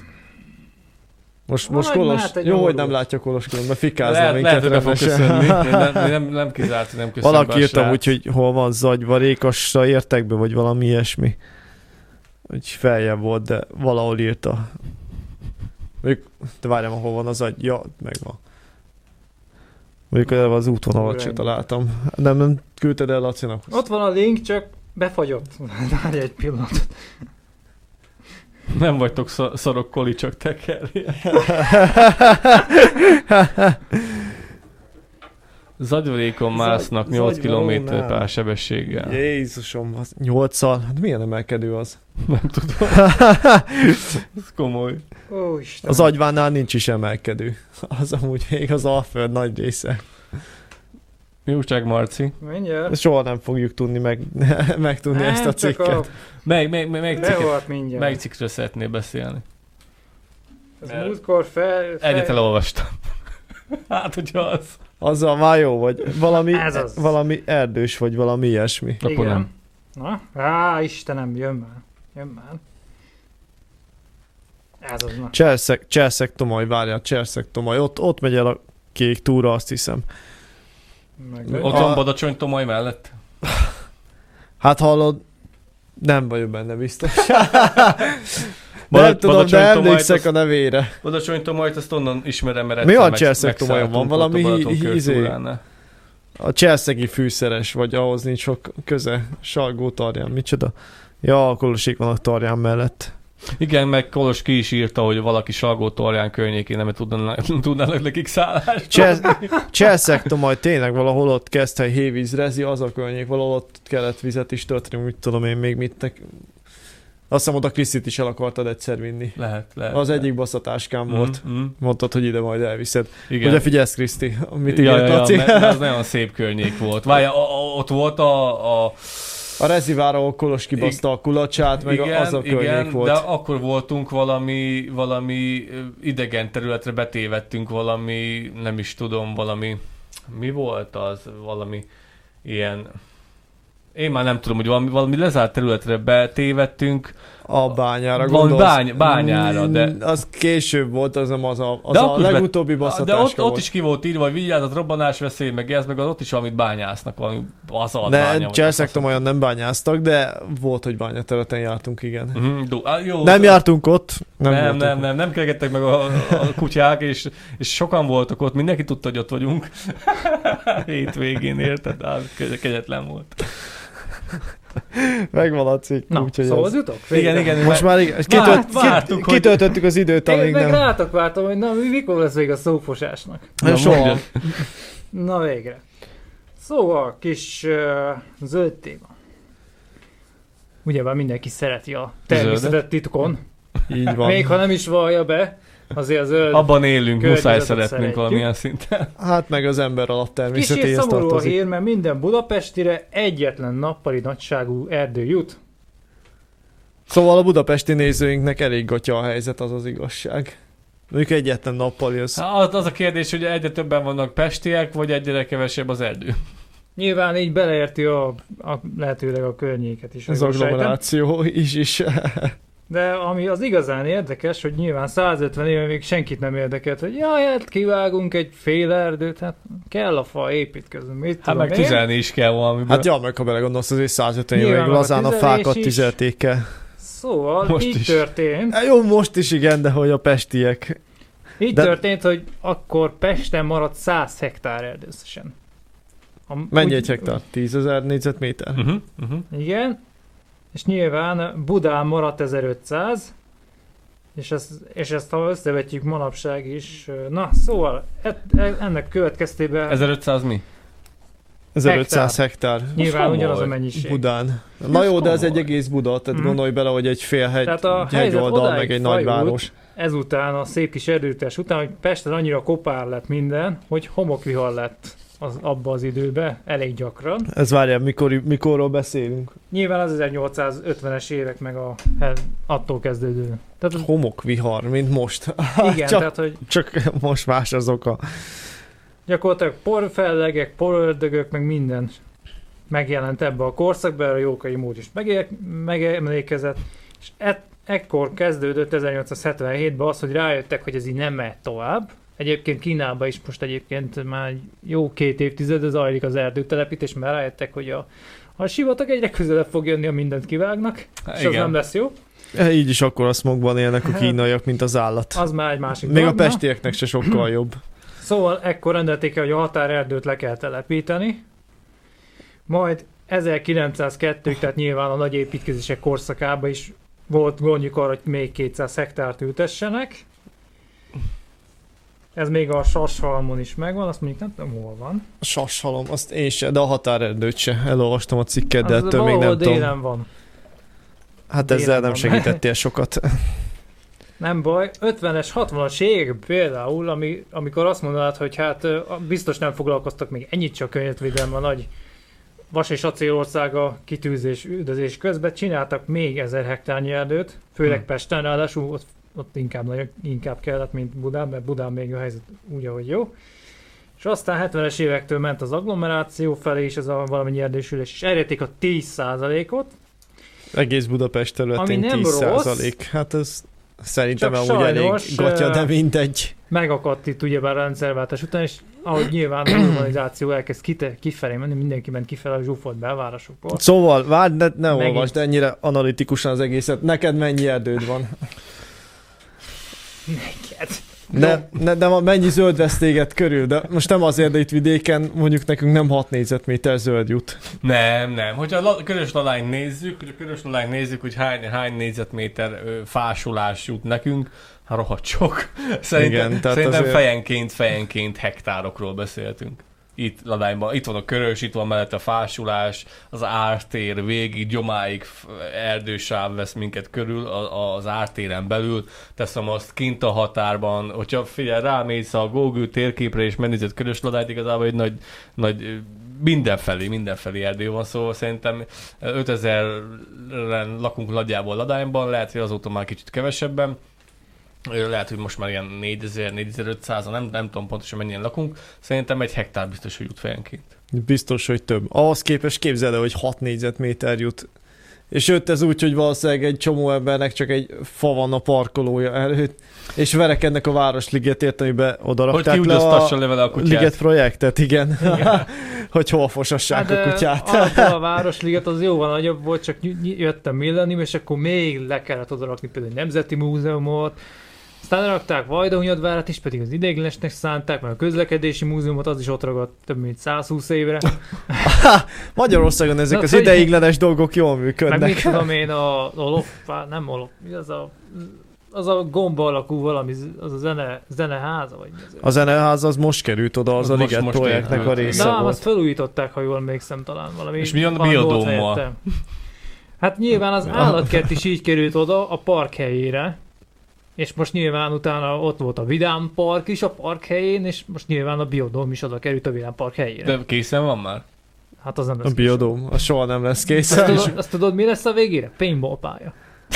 Most, most Majd Kolos, mehet egy jó, hogy nyomorult. nem látja Kolos külön, mert fikázza Lehet, minket lehet, hogy be fog rendesen. köszönni. Nem, nem, nem, nem kizárt, hogy nem köszön be Valaki a írta srác. úgy, hogy hol van zagyva, Rékasra értek be, vagy valami ilyesmi. Hogy feljebb volt, de valahol írta. Mondjuk, de várjam, hol van az agy. Ja, megvan. Mondjuk az, az útvonalat se találtam. Nem, nem küldted el Lacinak? Ott van a link, csak befagyott. Várj egy pillanatot. Nem vagytok sz- szarok, Koli, csak tekerje. Zagyvarékon másznak nyolc kilométer Zagyvarónál. per sebességgel. Jézusom, az nyolccal? Hát milyen emelkedő az? Nem tudom. Ez komoly. Ó, Isten. Az agyvánál nincs is emelkedő. Az amúgy még az Alföld nagy része. Mi újság, Marci? Mindjárt. Soha nem fogjuk tudni meg, megtudni Nem, ezt a csak cikket. A... Melyik, melyik, melyik, Be cikket, volt mindjárt. melyik cikkről szeretnél beszélni? Ez múltkor fel... fel... Egyet elolvastam. Hát, hogyha az. Azzal már jó vagy. Valami, Ez az. valami erdős, vagy valami ilyesmi. Akkor Igen. nem. Na, á, Istenem, jön már. Jön már. Ez az, na. Cselszeg, Cselszeg Tomoly, várjál, Cselszeg Tomoly. Ott, ott megy el a kék túra, azt hiszem. Meg, Ott A- van Badacsony Tomoly mellett. Hát hallod, nem vagyok benne biztos. Bada- nem tudom, Badacsony de Tomolyt emlékszek azt- a nevére. Badacsony Tomolyt azt onnan ismerem, mert Mi egyszer van meg- Cselszeg Tomolyon? Van megszálltunk valami ott a Balaton hí- izé? körtúránál. A cselszegi fűszeres, vagy ahhoz nincs sok köze. Salgó Tarján, micsoda? Ja, a Kolosik van a Tarján mellett. Igen, meg Kolos ki is írta, hogy valaki Salgó-Tarján környékén nem tudnának, tudnának nekik szállást. Csel- Cselszeg majd tényleg valahol ott Keszthely hévízrezi, az a környék, valahol ott kellett vizet is tölteni, mit tudom én még mit. Nek... Azt hiszem, oda Krisztit is el akartad egyszer vinni. Lehet, lehet. Az lehet. egyik baszatáskám volt. Mm, mm, Mondtad, hogy ide majd elviszed. igen. Ugye figyelsz, Kriszti, mit ja, ígért ja, ja, Laci? mert, mert az nagyon szép környék volt. Várja, a, a, ott volt a... a A rezivára, ahol Kolos kibaszta a kulacsát, meg igen, az a környék igen, volt. de akkor voltunk valami, valami ö, idegen területre, betévedtünk valami, nem is tudom, valami, mi volt az, valami ilyen, én már nem tudom, hogy valami, valami lezárt területre betévedtünk. A bányára Valami gondolsz? bány- bányára, de- Mm, az később volt, az, nem az a, az De a akkor is legutóbbi De baszatáska ott, ott volt. is ki volt írva, hogy vigyázat, robbanás veszély, meg ez, meg az, ott is valamit bányásznak, valami az Ne, Cselszegtom olyan nem bányáztak, de volt, hogy bányaterületen jártunk, igen. Uh-huh, do, á, jó, Nem jártunk ott, nem Nem, nem, voltunk nem, ott. nem, nem kergettek meg a, a kutyák, és, és sokan voltak ott, mindenki tudta, hogy ott vagyunk. Hétvégén, érted? Á, kegy- kegyetlen volt. Megvan a cikk, Na, úgyhogy szóval ez- jutok? Igen, igen. Most már igen, Várt- kitölt, vártuk, kit, hogy- kitöltöttük az időt, Én amíg meg nem. rátok vártam, hogy na, mi- mikor lesz vége a szófosásnak. Nem soha. mondjad. Na végre. Szóval, kis uh, zöld téma. Ugyebár mindenki szereti a természetet titkon. Így van. Még ha nem is vallja be, azért a zöld Abban élünk, muszáj környezetet szeretnünk szeretjük. valamilyen szinten. Hát meg az ember Kicsit alaptermészetéhez szomorú a tartozik. hír, mert minden budapestire egyetlen nappali nagyságú erdő jut. Szóval a budapesti nézőinknek elég gatya a helyzet, az az igazság. Mondjuk egyetlen nappal jössz. Hát az, az a kérdés, hogy egyre többen vannak pestiek, vagy egyre kevesebb az erdő. Nyilván így beleérti a, a lehetőleg a környéket is. Az jól sejtem. agglomeráció is is. De ami az igazán érdekes, hogy nyilván százötven éve még senkit nem érdekelt, hogy jaj, hát kivágunk egy fél erdőt, hát kell a fa, építkezünk, mit Hát tudom meg én. tüzelni is kell valamiből. Hát ja, meg ha belegondolsz, azért százötven évig Nyilván a lazán a tüzelés fákat is. tüzelték el. Szóval Most így is. történt, Hát jó, most is igen, de hogy a pestiek. így De- történt, hogy akkor Pesten maradt száz hektár erdő összesen. A, Mennyi úgy- egy hektár? tízezer négyzetméter? Uh-huh, uh-huh. Igen, és nyilván Budán maradt ezerötszáz, és ezt, és ezt ha összevetjük manapság is, na szóval e, e, ennek következtében ezerötszáz mi? ezerötszáz hektár. nyilván komoly. ugyanaz a mennyiség. Budán. Na jó, de ez komoly. egy egész Buda, tehát Mhm. gondolj bele, hogy egy fél hegy, Tehát a helyzet hegyoldal, odáig meg egy fajult, nagyváros. Ezután a szép kis erdőtás után, hogy Pesten annyira kopár lett minden, hogy homokvihar lett az, abba az időbe, elég gyakran. Ez várjál, mikor, mikorról beszélünk? Nyilván az ezernyolcszázötvenes évek meg a, attól kezdődő. Tehát az, Homokvihar, mint most. igen, csak, tehát hogy csak most más az oka. gyakorlatilag porfellegek, porördögök, meg minden megjelent ebbe a korszakban, a Jókai Mód is megé- megemlékezett, és e- ekkor kezdődött ezernyolcszázhetvenhétben az, hogy rájöttek, hogy ez így nem mehet tovább. Egyébként Kínában is most egyébként már jó két évtizede zajlik az erdőtelepítés, mert rájöttek, hogy a, a sivatag egyre közelebb fog jönni, a mindent kivágnak, és az Igen. nem lesz jó. E, Így is akkor a smogban élnek a kínaiak, mint az állat. Az már egy másik Még a dolog. Na, pestieknek se sokkal jobb. Szóval ekkor rendelték el, hogy a határerdőt le kell telepíteni, majd ezerkilencszázkettőig, tehát nyilván a nagy építkezések korszakában is volt gondjuk arra, hogy még kétszáz hektárt ültessenek. Ez még a Sashalmon is megvan, azt mondjuk nem tudom, hol van. A sashalom, azt én se, de a határerdőt se. Elolvastam a cikket, de Az ettől még valahol nem tudom. délen van. Hát délen ezzel nem van. segítettél sokat. Nem baj, ötvenes, hatvanas évek például, ami, amikor azt mondanád, hogy hát biztos nem foglalkoztak még ennyit csak környezetvédelem a nagy vas- és acélországa kitűzés, üldözés közben, csináltak még ezer hektárnyi erdőt, főleg hmm. Pesten, ráadásul ott, ott inkább, nagyon, inkább kellett, mint Budán, mert Budán még a helyzet úgy, ahogy jó. És aztán hetvenes évektől ment az agglomeráció felé, és ez a valamennyi erdősülés, és elérték a tíz százalékot. Egész Budapest területén tíz százalék. Hát ez szerintem amúgy elég gatya, de mindegy. Megakadt itt ugyebár a rendszerváltás után, és ahogy nyilván a urbanizáció elkezd kite, kifelé menni, mindenki ment kifelé a zsúfolt belvárosokból. Szóval, várj, ne, ne olvasd ennyire analitikusan az egészet. Neked mennyi erdőd van? Neked? De, ne, de mennyi zöld vesz téged körül, de most nem azért, de itt vidéken mondjuk nekünk nem hat négyzetméter zöld jut. Nem, nem. Hogyha a körös lalányt nézzük, hogy a körös lalányt nézzük, hogy hány, hány négyzetméter ö, fásulás jut nekünk, hát rohadt sok. Szerintem, Igen, szerintem azért... fejenként, fejenként hektárokról beszéltünk. Itt Ladányban, itt van a körös, itt van mellett a fásulás, az ártér végig, gyomáig erdősáv vesz minket körül az ártéren belül. Teszem azt kint a határban, hogyha figyelj, rámész a Google térképre és megnézed körös Ladányt, igazából egy nagy, nagy mindenfelé, mindenfelé erdő van, szóval szerintem ötezeren lakunk nagyjából Ladányban, lehet, hogy azóta már kicsit kevesebben. Lehet, hogy most már ilyen négyezer, négyezer-ötszáz, nem, nem tudom pontosan mennyien lakunk. Szerintem egy hektár biztos, hogy jut fejenként. Biztos, hogy több. Ahhoz képest képzeld el, hogy hat négyzetméter jut. És jött ez úgy, hogy valószínűleg egy csomó embernek csak egy fa van a parkolója előtt, és verekednek a Városligetért, amiben oda rakták le a, le a Liget projektet, igen. igen. Hogy hol fosassák hát, a kutyát. A Városliget az jóval nagyobb volt, csak jött a Millennium, és akkor még le kellett oda rakni például egy nemzeti múzeumot. Aztán rakták Vajdahunyadvárat is, pedig az ideiglenesnek szánták, mert a közlekedési múzeumot az is ott ragadt több mint százhúsz évre. Magyarországon ezek Na, az ideiglenes dolgok jól működnek. Meg mit tudom én, a Olof, nem Olof, az a, az a gomba alakú valami, az a zene, zeneháza? Vagy mi a zeneháza az most került oda, az, az a Liget most, projektnek most a része De volt. De azt felújították, ha jól emlékszem talán valami. És mi a biodómmal? Hát nyilván az állatkert is így került oda a park helyére. És most nyilván utána ott volt a Vidám Park is a park helyén, és most nyilván a Biodóm is oda került a Vidám Park helyére. De készen van már? Hát az nem lesz A Biodóm, az soha nem lesz készen. Azt tudod, azt tudod, mi lesz a végére? Paintball pálya.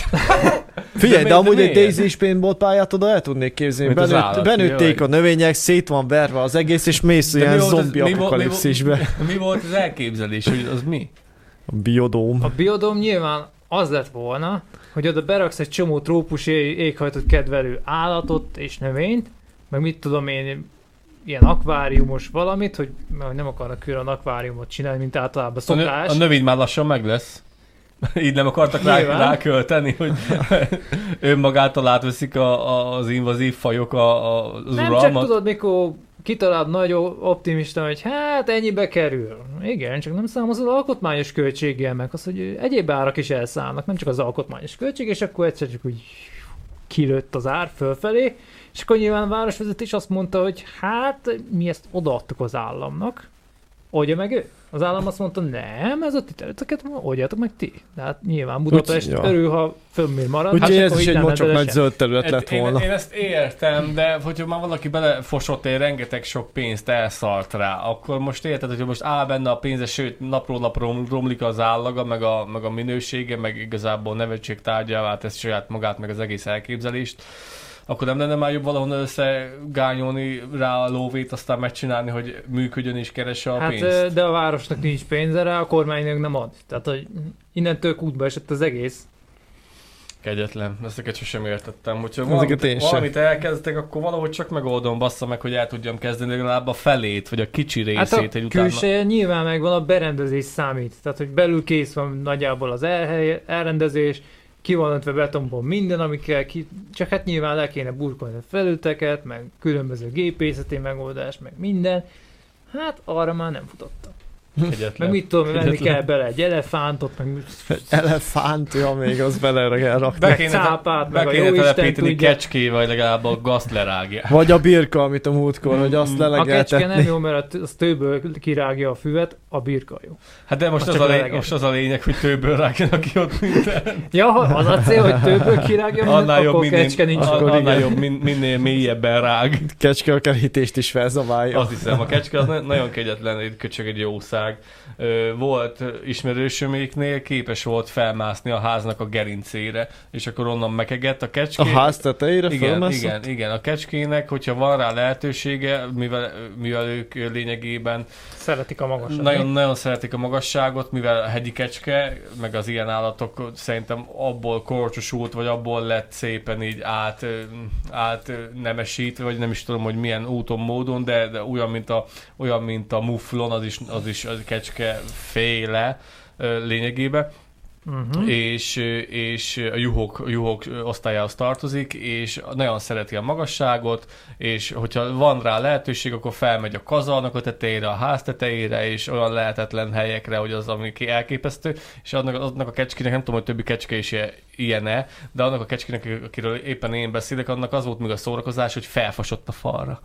Figyelj, de, de amúgy egy Daisy-s paintball pályát oda el tudnék képzelni. Benőtt, állat, benőtték a növények, szét van verve az egész, és mész ilyen zombi apokalipszisbe. Mi, mi, mi volt az elképzelés, hogy az mi? A Biodóm. A Biodóm nyilván az lett volna, hogy oda beraksz egy csomó trópus éghajlatot kedvelő állatot és növényt, meg mit tudom én, ilyen akváriumos valamit, hogy nem akarnak külön akváriumot csinálni, mint általában szokás. A, nö- a növény már lassan meg lesz. Így nem akartak rá, rákölteni, hogy önmagától átveszik a, a, az invazív fajok a, a, az nem uralmat. Csak tudod, mikor kitaláld nagy optimista, hogy hát ennyibe kerül. Igen, csak nem számoz az alkotmányos költséggel, meg az, hogy egyéb árak is elszállnak, nem csak az alkotmányos költség, és akkor egyszer csak úgy kilőtt az ár fölfelé, és akkor nyilván a városvezetés azt mondta, hogy hát mi ezt odaadtuk az államnak, oldja meg ő. Az állam azt mondta, nem, ez a ti területeket oldjátok meg ti. De hát nyilván Budapest úgy, ja. örül, ha fönnmér marad. Úgyhogy hát ez is egy mocsok nagy zöld terület lett volna. Én, én ezt értem, de hogyha már valaki belefosott egy rengeteg sok pénzt elszart rá, akkor most érted, hogy most áll benne a pénze, sőt napról napról romlik az állaga, meg a, meg a minősége, meg igazából nevetség tárgyává tesz saját magát, meg az egész elképzelést, akkor nem lenne már jobb valahonnan összegányolni rá a lóvét, aztán megcsinálni, hogy működjön és keresse a hát, pénzt? Hát, de a városnak nincs pénze rá, a kormánynak nem ad. Tehát, hogy innentől kútba esett az egész. Kegyetlen, ezeket sosem értettem. Hogyha valamit, valamit elkezdtek, akkor valahogy csak megoldom, bassza meg, hogy el tudjam kezdeni legalább a felét, vagy a kicsi részét. Hát a egy külseje utána... nyilván megvan, a berendezés számít. Tehát, hogy belül kész van nagyjából az elhely, elrendezés, ki van öntve betonból minden, amikkel ki... Csak hát nyilván le kéne burkolni a felületeket, meg különböző gépészeti megoldás, meg minden. Hát arra már nem futottam. Kegyetlen. Meg mit tudom, venni Kegyetlen. kell bele egy elefántot, meg Elefánt, ja, még az bele kell rakni. Be meg kéne, cápát, be meg a kéne jóisten telepíteni tudja. kecské, vagy legalább a gazt lerágja. Vagy a birka, amit a múltkor, hogy azt A kecske nem lelegeltetni. jó, mert az tőből kirágja a füvet, a birka jó. Hát de most Az az, csak a lény, leleged. most az a lényeg, hogy tőből rágjanak ki ott minden. Ja, ha az a cél, hogy tőből kirágja mindent, Annál jobb, akkor minél, kecske nincs. a- Akkor annál igen. jobb min, minél mélyebben rág. Kecske a kerítést is felzabálja. Azt hiszem, a kecske az na- nagyon kegyetlen, egy köcsög, egy jószág. Ö, Volt ismerősöméknél, képes volt felmászni a háznak a gerincére, és akkor onnan mekegett a kecské. A ház tetejére Igen, fölmászott? igen, igen. A kecskének, hogyha van rá lehetősége, mivel, mivel ők lényegében Szeretik a magasat. nagyon-nagyon szeretik a magasságot, mivel a hegyi kecske, meg az ilyen állatok szerintem abból korcsosult, vagy abból lett szépen így át, át nemesítve, vagy nem is tudom, hogy milyen úton, módon, de, de olyan, mint a, olyan, mint a muflon, az is, az is a kecske féle ö, lényegében. Uh-huh. És, és a juhok, juhok osztályához tartozik, és nagyon szereti a magasságot, és hogyha van rá lehetőség, akkor felmegy a kazalnak a tetejére, a ház tetejére, és olyan lehetetlen helyekre, hogy az, ami elképesztő, és annak, annak a kecskének, nem tudom, hogy többi kecske is ilyen-e, de annak a kecskének, akiről éppen én beszélek, annak az volt még a szórakozás, hogy felfosott a falra.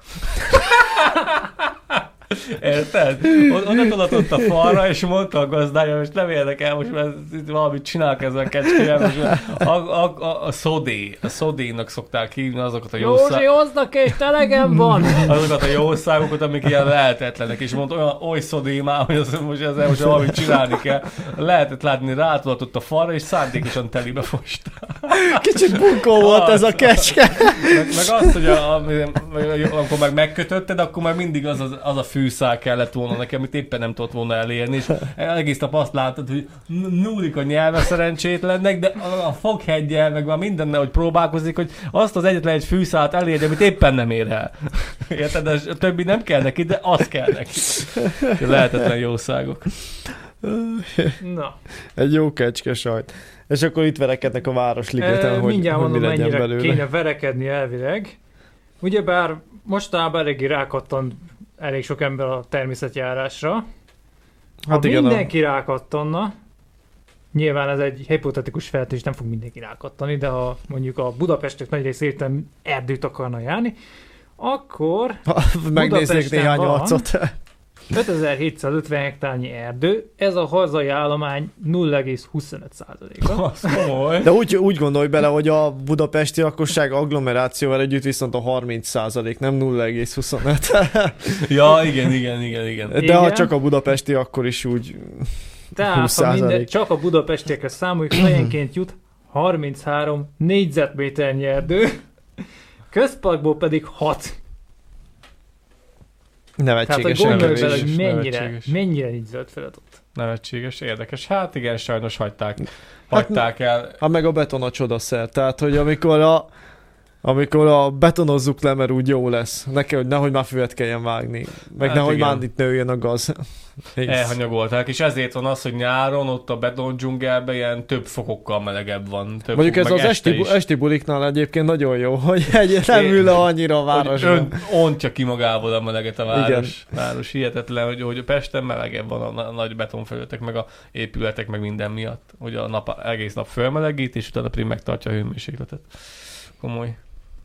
Érted? Oda tudott a falra, és mondta a gazdája, most nem érdekel, most már valamit csinálok ezzel a kecskével, most a, a, a, a szodé, a szodénak szokták hívni azokat a Józsi, jószágokat, hoznak és telegem van! azokat a jószágokat, amik ilyen lehetetlenek, és mondta, olyan oly szodé már, hogy az, most ezzel most valamit csinálni kell. Lehetett látni, rátulatott a falra, és szándékosan telibe fosta. Kicsit bunkó volt ez a kecske. Meg, meg azt, hogy a, a, amikor meg megkötötted, akkor már mindig az, az, az a fűszál kellett volna nekem, amit éppen nem tudott volna elérni, és egész nap azt látod, hogy núlik a nyelve szerencsétlennek, de a, a fogheggyel, meg már mindennel, hogy próbálkozik, hogy azt az egyetlen egy fűszálat elérni, amit éppen nem ér el. Érted? A többi nem kell neki, de az kell neki. Lehetetlen jószágok. Na, Egy jó kecske sajt. És akkor itt verekednek a Városligeten, e, hogy, mindjárt hogy mi mondom, legyen mennyire belőle. kéne verekedni elvileg. Ugyebár mostanában eléggé rákattan elég sok ember a természetjárásra. Ha Hát igen, mindenki rákattanna, nyilván ez egy hipotetikus feltétel, nem fog mindenki rákattani, de ha mondjuk a budapestek nagy rész értem erdőt akarna járni, akkor ha megnéznék Budapesten néhány van. arcot. ötezer-hétszázötven hektárnyi erdő, ez a hazai állomány nulla egész huszonöt százaléka. Az komoly. De úgy, úgy gondolj bele, hogy a budapesti lakosság agglomerációval együtt viszont a harminc százalék, nem nulla egész huszonöt. Ja, igen, igen, igen, igen. De Igen. ha csak a budapesti, akkor is úgy Tehát, húsz ha minden, százalék. csak a budapestiekre számoljuk, fejenként jut harminchárom négyzetméternyi erdő, közparkból pedig hat. Tehát, nevetséges. hogy gondolj bele, nevetséges. hogy mennyire, nevetséges. mennyire nincs zöld felett ott. Nevetséges, érdekes. Hát igen, sajnos hagyták, hagyták el. Hát meg a beton a csodaszer. Tehát, hogy amikor a amikor a betonozzuk le, mert úgy jó lesz. Ne kell, hogy nehogy már füvet kelljen vágni. Meg Hát nehogy igen. már itt nőjön a gaz. Elhanyagolták, és ezért van az, hogy nyáron ott a beton dzsungelben ilyen több fokokkal melegebb van. Több Mondjuk fok, ez meg az este esti, is. esti buliknál egyébként nagyon jó, hogy egy nem ül le annyira a Hogy városban. ön, ontja ki magából a meleget a város. Város hihetetlen, hogy, hogy Pesten melegebb van a, na- nagy betonfelületek, meg a épületek, meg minden miatt. Hogy a nap, egész nap fölmelegít, és utána pedig megtartja a hőmérsékletet. Komoly.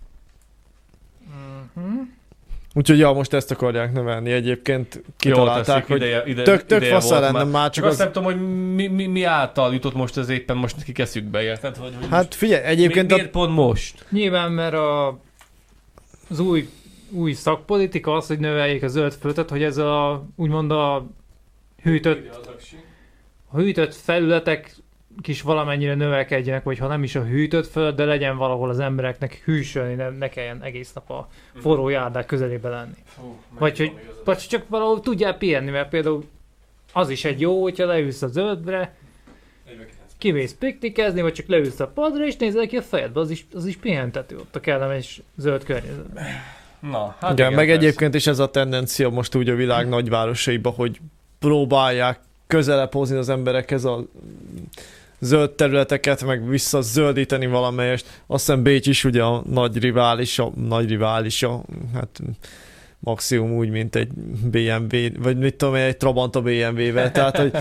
Uh-huh. Úgyhogy ja, most ezt akarják növelni. Egyébként kitalálták, hogy ideje, ide, tök, tök ideje fasza volt lenne már. már, Csak csak azt az... nem tudom, hogy mi, mi, mi által jutott most ez éppen most ki eszükbe, érted? Hogy, hogy Hát figyelj, most, egyébként mi, a... miért pont most? Nyilván, mert a, az új, új szakpolitika az, hogy növeljék a zöld felületet, hogy ez a úgymond a hűtött, a hűtött felületek is valamennyire növelkedjenek, vagy ha nem is a hűtött felület, de legyen valahol az embereknek hűsölni, ne, ne kelljen egész nap a forró járdák közelébe lenni. Fú, Vagy hogy, vagy csak valahol tudjál pihenni, mert például az is egy jó, hogyha leülsz a zöldre, kimész piknikezni, vagy csak leülsz a padra, és nézel ki a fejedbe, az is, az is pihentető ott a kellemes zöld környezetben. Na, hát igen, meg persze. egyébként is ez a tendencia most úgy a világ nagyvárosaiba, hogy próbálják közelebb hozni az emberekhez a zöld területeket, meg visszazöldíteni valamelyest. Azt hiszem Bécs is ugye a nagy riválisa, nagy riválisa, hát maximum úgy, mint egy bé em vé, vagy mit tudom én, egy Trabant bé em vé-vel. Tehát, hogy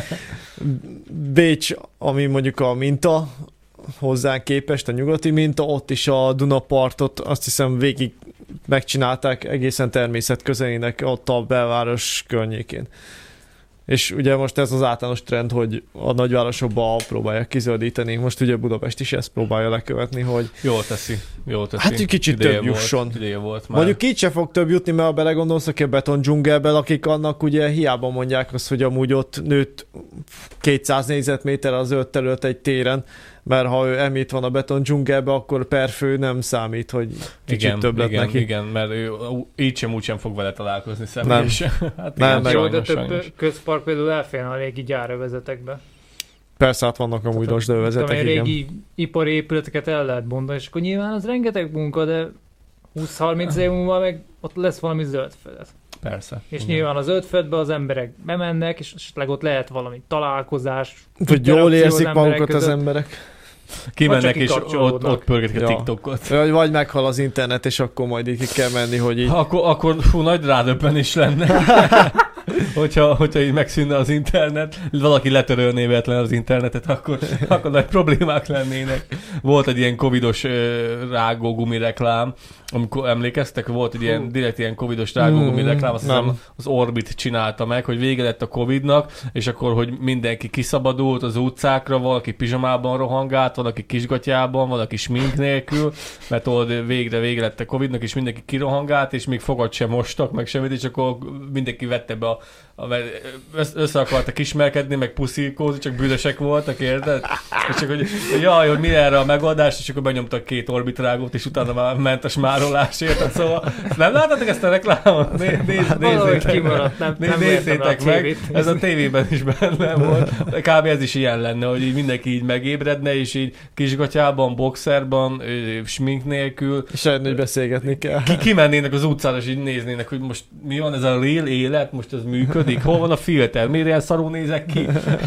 Bécs, ami mondjuk a minta, hozzánk képest a nyugati minta, ott is a Dunapartot azt hiszem végig megcsinálták egészen természetközelének ott a belváros környékén. És ugye most ez az általános trend, hogy a nagyvárosokban próbálják kizöldíteni. Most ugye Budapest is ezt próbálja lekövetni, hogy... Jól teszi, jól teszi. Hát egy kicsit ideje több jusson. Volt, ideje volt már. Mondjuk így se fog több jutni, mert ha belegondolsz, aki a beton dzsungelben, akik annak ugye hiába mondják azt, hogy amúgy ott nőtt kétszáz négyzetméter az zöld terület egy téren, mert ha ő emitt van a beton dzsungelbe, akkor per fő nem számít, hogy kicsit igen, több lett igen, neki. Igen, mert ő így sem úgy sem fog vele találkozni személyesen. Hát nem, igen, Jó, sajnos, de több sajnos. közpark például elférne a régi gyárövezetekbe. Persze, hát vannak amúgy rozsdővezetek, igen. igen. Régi ipari épületeket el lehet bontani, és akkor nyilván az rengeteg munka, de húsz-harminc év múlva meg ott lesz valami zöld föld. Persze. És igen. nyilván a zöld földbe az emberek bemennek, és esetleg ott lehet valami találkozás. Hogy jól érzik az magukat az között. emberek. Kimennek Vagy és csak ott, kikapcsolódnak. ott pörgetik a Ja. TikTokot. Vagy, vagy meghal az internet, és akkor majd így ki kell menni, hogy így... Akkor, akkor fú, nagy rádöbben is lenne. hogyha, hogyha így megszűnne az internet, valaki letörölné véletlen az internetet, akkor, akkor nagy problémák lennének. Volt egy ilyen covidos ö, rágógumi reklám, amikor emlékeztek, volt egy ilyen, direkt ilyen covidos rágógumi reklám, azt nem. hiszem az Orbit csinálta meg, hogy vége lett a covidnak, és akkor, hogy mindenki kiszabadult az utcákra, valaki pizsamában rohangált, valaki kisgatyában, valaki smink nélkül, mert ott végre vége lett a covidnak, és mindenki kirohangált, és még fogat sem mostak, meg semmit, és akkor mindenki vette be a, a össze akartak ismerkedni, meg puszilkózni, csak büdösek voltak, érted? És csak, hogy jaj, hogy mi erre a megoldás, és akkor benyomtak két orbitrágót, és utána már ment a smárolás, érted? Szóval nem láttátok ezt a reklámot? Né, néz, Valahogy nézzétek kimaradt, nem, meg. nem Nézzétek meg. meg, ez a tévében is benne volt. Kb. Ez is ilyen lenne, hogy így mindenki így megébredne, és így kisgatyában, boxerban, smink nélkül. És sajnos, hogy beszélgetni kell. Ki, kimennének az utcára, és így néznének, hogy most mi van ez a real élet, most ez működik, hol van a filter, miért ilyen szarul nézek ki?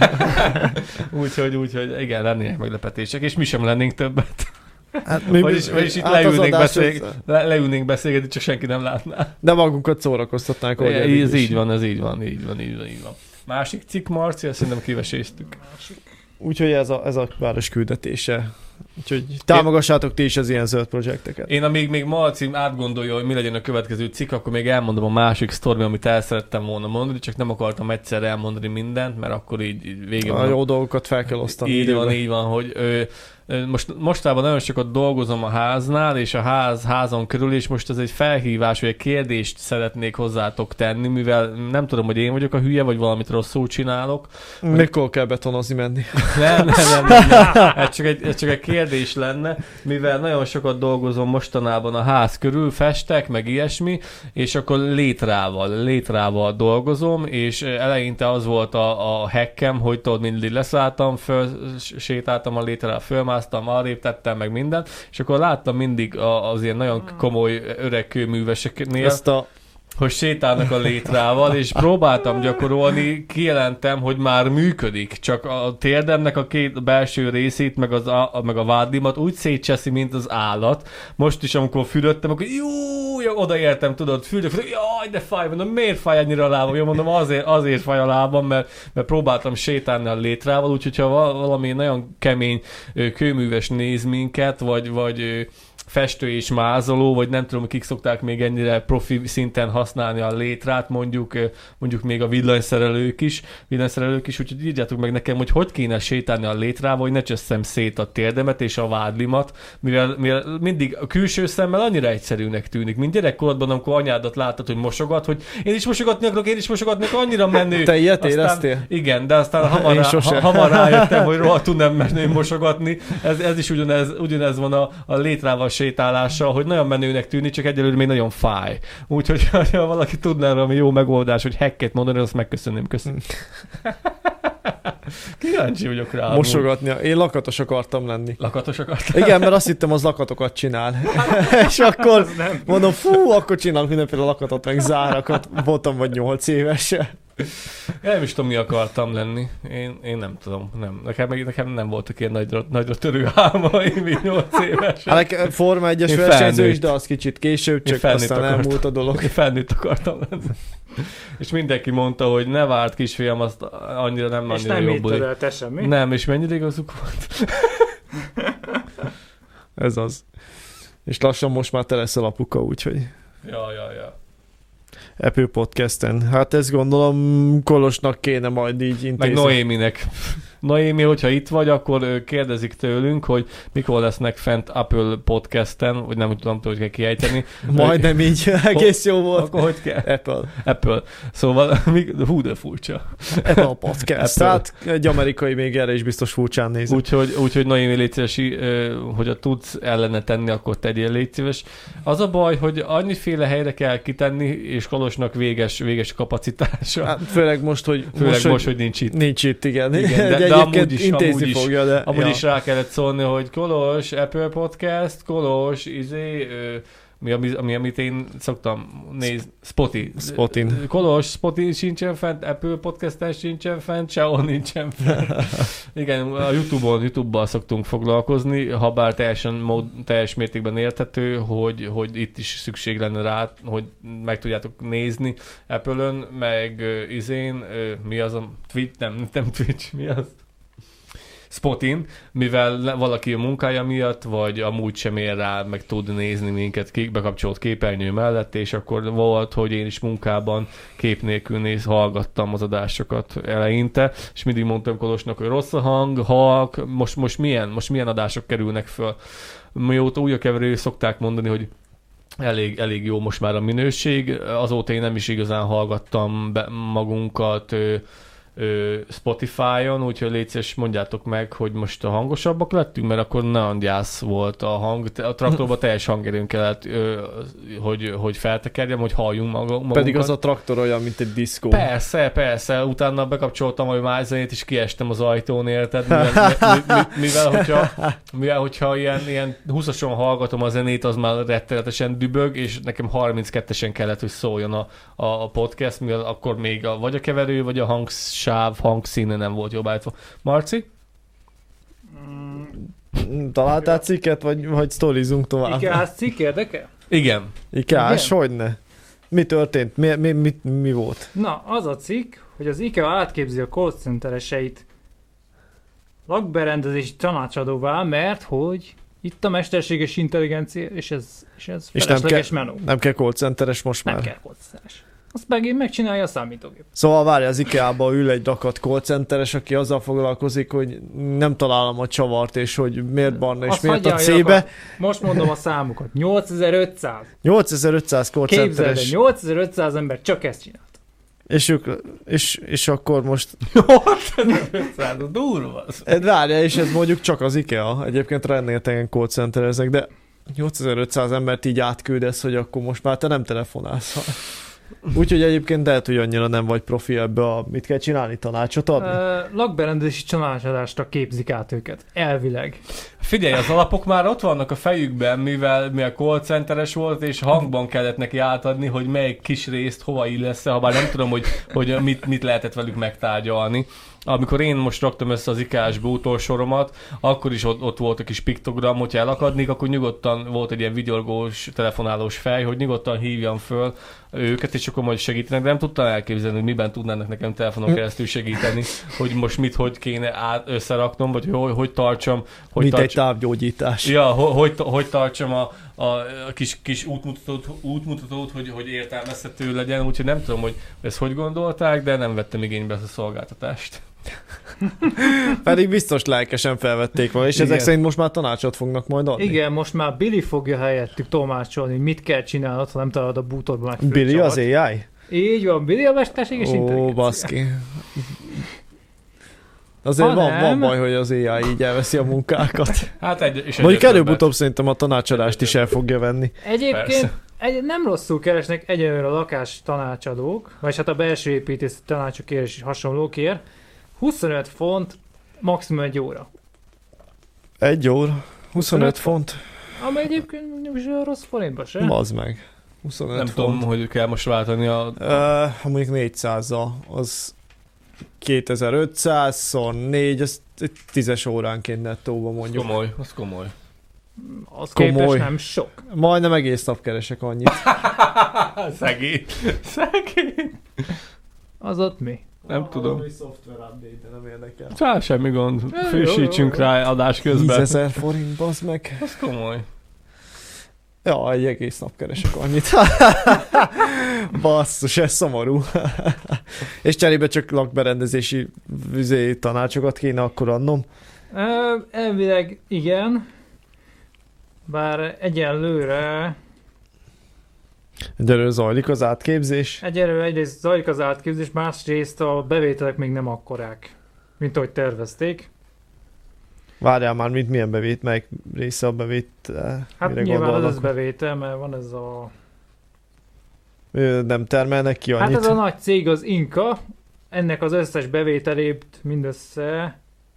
úgyhogy, úgyhogy igen, lennének meglepetések, és mi sem lennénk többet. Hát, mi, Vagyis, vagyis itt hát leülnénk, az beszélg, adás, le, leülnénk beszélgetni, csak senki nem látná. de magunkat szórakoztatnánk. hogy Ez eddig is. így van, ez így van, így van, így van, így van. Másik cikk, Marci, azt szerintem kiveséztük. Úgyhogy ez a, ez a város küldetése. Úgyhogy támogassátok ti is az ilyen zöld projekteket. Én amíg még Marci átgondolja, hogy mi legyen a következő cikk, akkor még elmondom a másik sztori, amit el szerettem volna mondani, csak nem akartam egyszer elmondani mindent, mert akkor így, így vége A van. jó dolgokat fel kell osztani. Így időben. van, így van, hogy ö, ö, most, mostában nagyon sokat dolgozom a háznál, és a ház, házon körül, és most ez egy felhívás, vagy egy kérdést szeretnék hozzátok tenni, mivel nem tudom, hogy én vagyok a hülye, vagy valamit rosszul csinálok. Mikor kell betonozni menni? Nem, nem, nem, nem, nem. Ez, csak egy, ez csak egy kérdés lenne, mivel nagyon sokat dolgozom mostanában a ház körül, festek, meg ilyesmi, és akkor létrával, létrával dolgozom, és eleinte az volt a, a hackem, hogy tudod, mindig leszálltam, föl, sétáltam a létrával, fölmásztam, arrébb tettem, meg mindent, és akkor láttam mindig a, az ilyen nagyon komoly öreg kőműveseknél, Ezt a hogy sétálnak a létrával, és próbáltam gyakorolni, kijelentem, hogy már működik, csak a térdemnek a két belső részét, meg, az a, meg a vádlimat úgy szétcseszi, mint az állat. Most is, amikor fürödtem, akkor jó, jó odaértem, tudod, fürdök, jaj, de fáj, mondom, miért fáj ennyire a lábam? Jó, mondom, azért, azért fáj a lábam, mert, mert próbáltam sétálni a létrával, úgyhogy ha valami nagyon kemény kőműves néz minket, vagy, vagy festő és mázoló, vagy nem tudom, kik szokták még ennyire profi szinten használni a létrát, mondjuk, mondjuk még a villanyszerelők is, villanyszerelők is, úgyhogy írjátok meg nekem, hogy hogy kéne sétálni a létrával, hogy ne cseszem szét a térdemet és a vádlimat, mivel, mivel mindig a külső szemmel annyira egyszerűnek tűnik, mint gyerekkorodban, amikor anyádat láttad, hogy mosogat, hogy én is mosogatni akarok, én is mosogatni akarok, annyira menő. Te ilyet Aztán, éreztél? igen, de aztán hamar, rá, ha, hamar rájöttem, hogy rohadtul nem menő mosogatni. Ez, ez is ugyanez, ugyanez van a, a létrával sétálással, hogy nagyon menőnek tűnik, csak egyelőre még nagyon fáj. Úgyhogy ha valaki tudná valami jó megoldás, hogy hacket mondani, azt megköszönném. Köszönöm. Kíváncsi vagyok rá. Mosogatni. Én lakatos akartam lenni. Lakatos akartam? Igen, mert azt hittem, az lakatokat csinál. És akkor mondom, fú, akkor csinálok mindenféle lakatot, meg zárakat. Voltam vagy nyolc éves. Nem is tudom, mi akartam lenni. Én, én nem tudom. Nem. Nekem, nekem nem voltak ilyen nagyra, nagyra törő álmaim, így nyolc évesen. Hát Forma egyes versenyző is, de az kicsit később, csak aztán elmúlt a dolog. Én felnőtt akartam lenni. És mindenki mondta, hogy ne várt kisfiam, azt annyira nem és annyira nem jobb. És nem te semmi? Nem, és mennyire igazuk volt? Ez az. És lassan most már te leszel apuka, úgyhogy... Ja, ja, ja. Apple Podcasten. Hát ezt gondolom Kolosnak kéne majd így intézni. Meg Noéminek. Noémi, hogyha itt vagy, akkor kérdezik tőlünk, hogy mikor lesznek fent Apple Podcasten, vagy nem tudom, hogy kell kiejteni. Majdnem így, egész jó volt. Akkor hogy kell? Apple. Apple. Szóval, hú, de furcsa. Apple Podcast. Tehát egy amerikai még erre is biztos furcsán néz. Úgyhogy, úgyhogy Noémi, légy szíves, hogyha tudsz ellene tenni, akkor tegyél, légy szíves. Az a baj, hogy annyiféle helyre kell kitenni, és Kolosnak véges, véges kapacitása. Hát, főleg most, hogy, főleg most, most, hogy nincs itt. Nincs itt, igen. igen de, de, de amúgy is, intézni amúgy fogja, de... Amúgy ja. is rá kellett szólni, hogy Kolos, Apple Podcast, Kolos, izé, ö, mi, ami, ami, amit én szoktam nézni, Spotify. Spotin. Kolos, Spotify sincsen fent, Apple Podcasten sincsen fent, sehol nincsen fent. Igen, a YouTube-on, YouTube-bal szoktunk foglalkozni, ha bár teljesen mód, teljes mértékben érthető, hogy, hogy itt is szükség lenne rá, hogy meg tudjátok nézni Apple-ön, meg uh, izén, uh, mi az a Twitch, nem, nem Twitch, mi az? Spotin, mivel valaki a munkája miatt, vagy amúgy sem ér rá, meg tud nézni minket bekapcsolt képernyő mellett, és akkor volt, hogy én is munkában kép nélkül néz, hallgattam az adásokat eleinte, és mindig mondtam Kolosnak, hogy rossz a hang, halk, most, most, milyen, most milyen adások kerülnek föl. Mióta új a keverő, szokták mondani, hogy elég, elég jó most már a minőség, azóta én nem is igazán hallgattam be magunkat, Spotify-on, úgyhogy légy szíves, mondjátok meg, hogy most a hangosabbak lettünk, mert akkor nagyon gyász volt a hang. A traktorban teljes hangerőn kellett, hogy, hogy feltekerjem, hogy halljunk magunkat. Pedig az a traktor olyan, mint egy diszkó. Persze, persze. Utána bekapcsoltam a májzenét, és kiestem az ajtón, érted? Mivel, mivel, mivel, hogyha, mivel hogyha ilyen, ilyen húszason hallgatom a zenét, az már rettenetesen dübög, és nekem harminckettesen kellett, hogy szóljon a, a podcast, mivel akkor még a, vagy a keverő, vagy a hangsz sáv, hangszíne nem volt jobb állítva. Marci? Mm. Találtál cikket, vagy, vagy sztorizunk tovább? IKEA-s cikk érdekel? Igen. IKEA-s, hogyne? Mi történt? Mi, mi, mi, mi volt? Na, az a cikk, hogy az IKEA átképzi a call centereseit lakberendezési tanácsadóvá, mert hogy itt a mesterséges intelligencia, és ez, és ez és felesleges nem kell, menő. Nem kell call centeres most nem már? Nem kell call centeres. Azt megint megcsinálja a számítógép. Szóval várj, az IKEA-ba ül egy rakat call centeres, aki azzal foglalkozik, hogy nem találom a csavart, és hogy miért barna, és azt miért a hagyjál, C-be. Most mondom a számokat. nyolcezer-ötszáz. nyolcezer-ötszáz call Képzeld, centeres. nyolcezer-ötszáz ember csak ezt csinált. És, ők, és, és akkor most... nyolcezer-ötszáz, durva. Várja, és ez mondjuk csak az IKEA. Egyébként rengetegen call centereznek, de nyolcezer-ötszáz embert így átküldesz, hogy akkor most már te nem telefonálsz. Úgyhogy egyébként lehet, hogy annyira nem vagy profi ebbe a... Mit kell csinálni? Tanácsot adni? Uh, lakberendezési tanácsadásra képzik át őket. Elvileg. Figyelj, az alapok már ott vannak a fejükben, mivel, mivel call centeres volt, és hangban kellett neki átadni, hogy melyik kis részt hova illesz, ha bár nem tudom, hogy, hogy mit, mit lehetett velük megtárgyalni. Amikor én most raktam össze az IKEA-s bútorsoromat, akkor is ott, ott volt a kis piktogram, hogyha elakadnék, akkor nyugodtan volt egy ilyen vigyorgós, telefonálós fej, hogy nyugodtan hívjam föl őket, és akkor majd segítenek, de nem tudtam elképzelni, hogy miben tudnának nekem telefonon keresztül segíteni, hogy most mit, hogy kéne át összeraknom, vagy hogy, hogy tartsam. Hogy Mint tartsam, egy távgyógyítás. Ja, hogy, hogy, hogy tartsam a, a, a kis, kis útmutatót, útmutatót hogy, hogy értelmezhető legyen, úgyhogy nem tudom, hogy ezt hogy gondolták, de nem vettem igénybe ezt a szolgáltatást. Pedig biztos lelkesen felvették volna, és Igen. ezek szerint most már tanácsot fognak majd adni. Igen, most már Billy fogja helyettük tolmácsolni, hogy mit kell csinálnod, ha nem találod a bútorban megfelelő Billy csavart. az á i? Így van, Billy a mesterséges Ó, intelligencia. baszki. Azért Ha van, nem- van baj, hogy az á i így elveszi a munkákat. Hát egy, és Mondjuk egyre előbb-utóbb szerintem a tanácsadást is el fogja venni. Egyébként Persze. egy, nem rosszul keresnek egyelőre a lakás tanácsadók, vagy hát a belső építészeti tanácsokért és hasonlókért. huszonöt font, maximum egy óra. Egy óra, huszonöt font, Ami egyébként mondjuk is olyan rossz forintba se. bazd meg. huszonöt Nem font. tudom, hogy kell most váltani a... Uh, ha mondjuk négyszázzal, az kétezer-ötszáz, szornégy, az egy tízes óránként nettóban Az mondjuk. komoly, az komoly. Az Komoly. képest nem sok. Majdnem egész nap keresek annyit. Szegény. Szegény. Az ott mi? Nem tudom. Valami szoftver update, de nem érdekel. Csá, semmi gond. Jó, Frissítsünk jó, jó. rá adás közben. tízezer forint, bazd meg. Az komoly. Ja, egy egész nap keresek annyit. Basszus, ez szomorú. És cserébe csak lakberendezési vizé tanácsokat kéne akkor adnom. Ö, elvileg igen. Bár egyelőre, Egyelőre zajlik az átképzés. egyelőre egyrészt zajlik az átképzés, másrészt a bevételek még nem akkorák, mint ahogy tervezték. Várjál már, mint milyen bevét, melyik része a bevétel? Hát Mire nyilván az gondolnak? ez bevétel, mert van ez a... Ő nem termelnek ki annyit. Hát ez a nagy cég az Inka, ennek az összes bevételét mindössze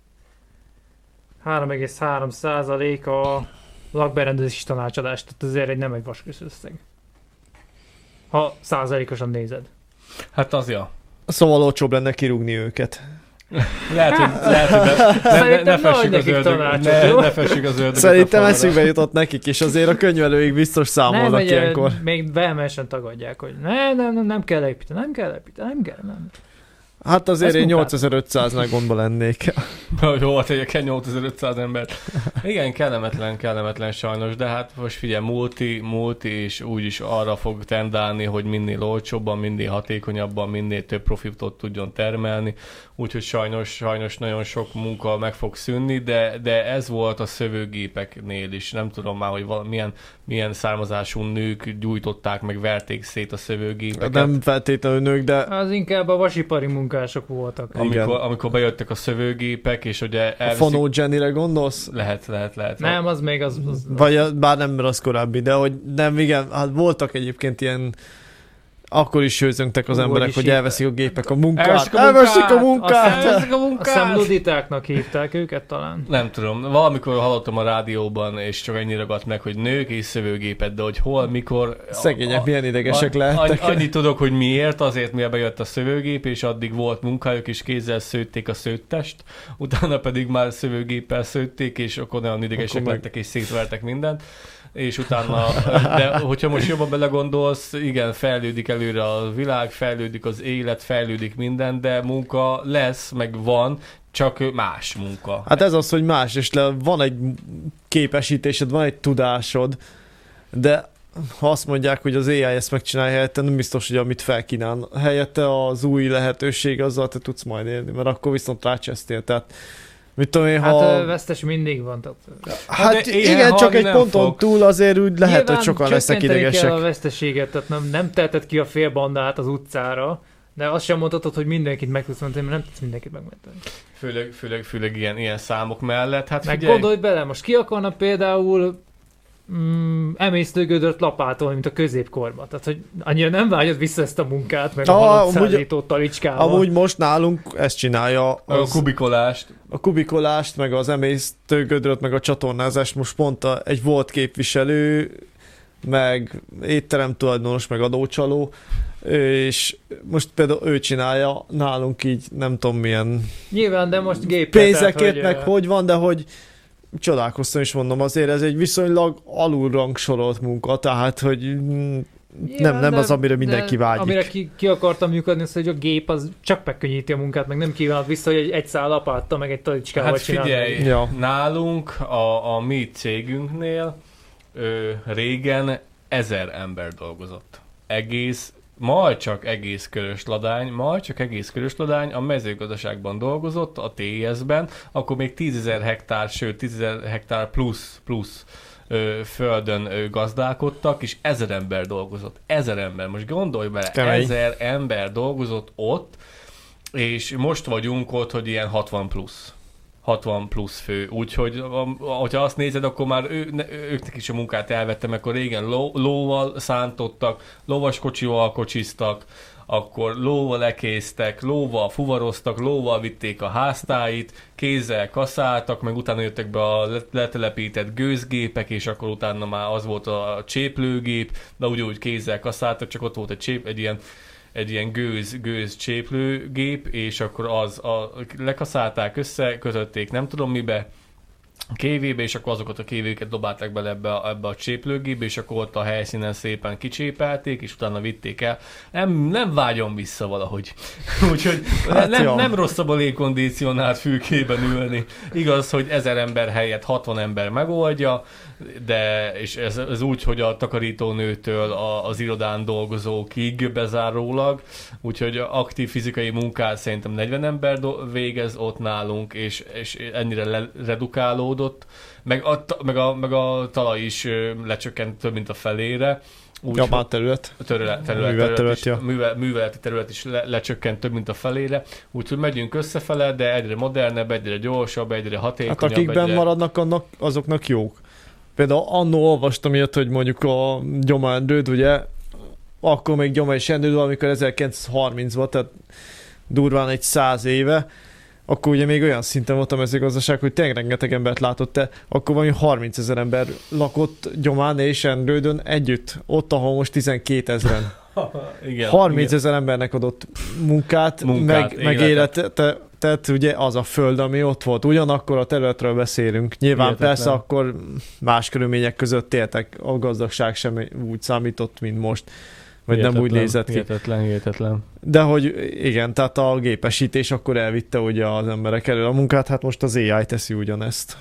három egész három százalék a lakberendezési tanácsadás, tehát azért egy nem egy vaskos összeg. Ha százalékosan nézed. Hát az ja. Szóval olcsóbb lenne kirúgni őket. Lehet, hogy, lehet, hogy ne, ne, ne, Szerintem ne fessük nagy az nekik ördög, tanácsot, ne, jó? ne fessük az ördögöt Szerintem a falra. eszükbe jutott nekik is, azért a könyvelőik biztos számolnak nem, egy, ilyenkor. még vehemensen tagadják, hogy nem, nem, nem, nem kell építeni, nem kell építeni, nem kell, nem. Hát azért Ezt én munkát. nyolcezer-ötszáznál gondba lennék. Hogy hova tegyek el nyolcezer-ötszáz embert. Igen, kellemetlen, kellemetlen sajnos, de hát most figyelj, multi, multi, és úgyis arra fog tendálni, hogy minél olcsóbban, minél hatékonyabban, minél több profitot tudjon termelni, úgyhogy sajnos, sajnos nagyon sok munka meg fog szűnni, de, de ez volt a szövőgépeknél is. Nem tudom már, hogy val- milyen, milyen származású nők gyújtották, meg verték szét a szövőgépeket. Nem feltétlenül nők, de Az inkább a vasipari munkások voltak. Igen. Amikor, amikor bejöttek a szövőgépek, és ugye a elviszik... Fonó Jennyre gondolsz? Lehet, lehet, lehet. Nem, az még az... az Vagy a- bár nem, mert az korábbi, de hogy nem, igen, hát voltak egyébként ilyen, akkor is hőzöngtek az Hú, emberek, hogy hogy is elveszik a gépek a munkát. Elveszik a Elveszik a munkát! munkát! Elveszik a Azt hiszem munkát! luditáknak hívták őket talán. Nem tudom, valamikor hallottam a rádióban, és csak ennyi ragadt meg, hogy nők és szövőgépet, de hogy hol, mikor... Szegények, a- milyen idegesek a- lehettek. annyi- Annyit tudok, hogy miért, azért miért bejött a szövőgép, és addig volt munkájuk, és kézzel szőtték a szőttest, utána pedig már szövőgéppel szőtték, és akkor nagyon idegesek Akkor meg- lettek, és szétvertek mindent. És utána, de hogyha most jobban belegondolsz, igen, fejlődik előre a világ, fejlődik az élet, fejlődik minden, de munka lesz, meg van, csak más munka. Hát ez az, hogy más, és le van egy képesítésed, van egy tudásod, de ha azt mondják, hogy az á i ezt megcsinálja helyette, nem biztos, hogy amit felkínál helyette az új lehetőség, azzal te tudsz majd élni, mert akkor viszont rácsesztél. Tehát mit tudom én, Hát ha... ö, vesztes mindig van. Tehát, Hát de ilyen igen, csak halni egy nem ponton fog. túl azért úgy lehet, nyilván hogy sokan lesznek csökkenteni idegesek. kell a veszteséget, tehát nem, nem teheted ki a fél bandát az utcára, de azt sem mondhatod, hogy mindenkit meg tudsz menteni, mert nem tudsz mindenkit megmenteni. Főleg, főleg, főleg ilyen, ilyen számok mellett. Hát Meg figyelj, gondolj bele, most ki akarna például mm, emésztőgödört lapátolni, mint a középkorban. Tehát, hogy annyira nem vágyod vissza ezt a munkát, meg a Ah, halott amúgy- szállító talicskával. Amúgy most nálunk ezt csinálja a az, kubikolást. a kubikolást, meg az emésztőgödröt, meg a csatornázást most pont a, egy volt képviselő, meg étterem tulajdonos, meg adócsaló, és most például ő csinálja nálunk így, nem tudom milyen Nyilván, de most géppel. pénzekért, meg ö, hogy van, de hogy csodálkoztam is mondom, azért ez egy viszonylag alul rangsorolt munka, tehát hogy mm, Nyilván, nem, nem de- az, amire mindenki de vágyik. Amire ki, ki akartam lyukadni, az, hogy a gép az csak megkönnyíti a munkát, meg nem kívánod vissza, hogy egy, egy szál lapáttal, meg egy talicskával Hát csinálni. figyelj, Ja. nálunk a, a mi cégünknél ö, régen ezer ember dolgozott. Egész, majd csak egész Körösladány, majd csak egész Körösladány a mezőgazdaságban dolgozott, a té é es-ben, akkor még tízezer hektár, sőt tízezer hektár plusz, plusz ö, földön ö, gazdálkodtak, és ezer ember dolgozott. Ezer ember, most gondolj bele, Kemény. ezer ember dolgozott ott, és most vagyunk ott, hogy ilyen hatvan plusz. hatvan plusz fő. Úgyhogy, hogyha azt nézed, akkor már ő, ne, őknek is a munkát elvettem, akkor régen ló, lóval szántottak, lovaskocsival kocsiztak, akkor lóval lekéztek, lóval fuvaroztak, lóval vitték a háztáit, kézzel kaszáltak, meg utána jöttek be a letelepített gőzgépek, és akkor utána már az volt a cséplőgép, de úgy, úgy kézzel kaszáltak, csak ott volt egy, csép, egy ilyen egy ilyen gőz, gőz cséplőgép, és akkor az a, lekaszálták össze, kötötték nem tudom mibe, kévébe, és akkor azokat a kévéket dobálták bele ebbe a, ebbe a cséplőgépbe, és akkor ott a helyszínen szépen kicsépelték, és utána vitték el. Nem, nem vágyom vissza valahogy. Úgyhogy hát nem, nem rosszabb a légkondicionált fülkében ülni. Igaz, hogy ezer ember helyett hatvan ember megoldja, de és ez, ez úgy, hogy a takarítónőtől a, az irodán dolgozókig bezárólag, úgyhogy aktív fizikai munkát szerintem negyven ember do- végez ott nálunk, és, és ennyire le- redukálódott, meg a, meg, a, meg a talaj is lecsökkent több mint a felére. Úgy, ja, már terület. Terület, terület, terület, terület is, ja. művel, műveleti terület is le, lecsökkent több mint a felére, úgyhogy megyünk összefele, de egyre modernebb, egyre gyorsabb, egyre hatékonyabb. Hát akik benn egyre... maradnak, annak, azoknak jók. Például annó olvastam ilyet, hogy mondjuk a Gyoma Endrőd, ugye, akkor még Gyoma és Endrőd, amikor ezerkilencszázharmincban, tehát durván egy száz éve, akkor ugye még olyan szinten volt a mezőgazdaság, hogy tényleg rengeteg embert látott te, akkor valami harmincezer ember lakott Gyomán és Endrődön együtt, ott, ahol most tizenkétezren. harmincezer embernek adott munkát, munkát meg, meg életet, tehát ugye az a föld, ami ott volt. Ugyanakkor a területről beszélünk. Nyilván hihetetlen. Persze akkor más körülmények között éltek, a gazdagság sem úgy számított, mint most. Vagy hihetetlen, nem úgy nézett ki. Hihetetlen, hihetetlen. De hogy igen, tehát a gépesítés akkor elvitte ugye az emberek elől a munkát, hát most az á i teszi ugyanezt.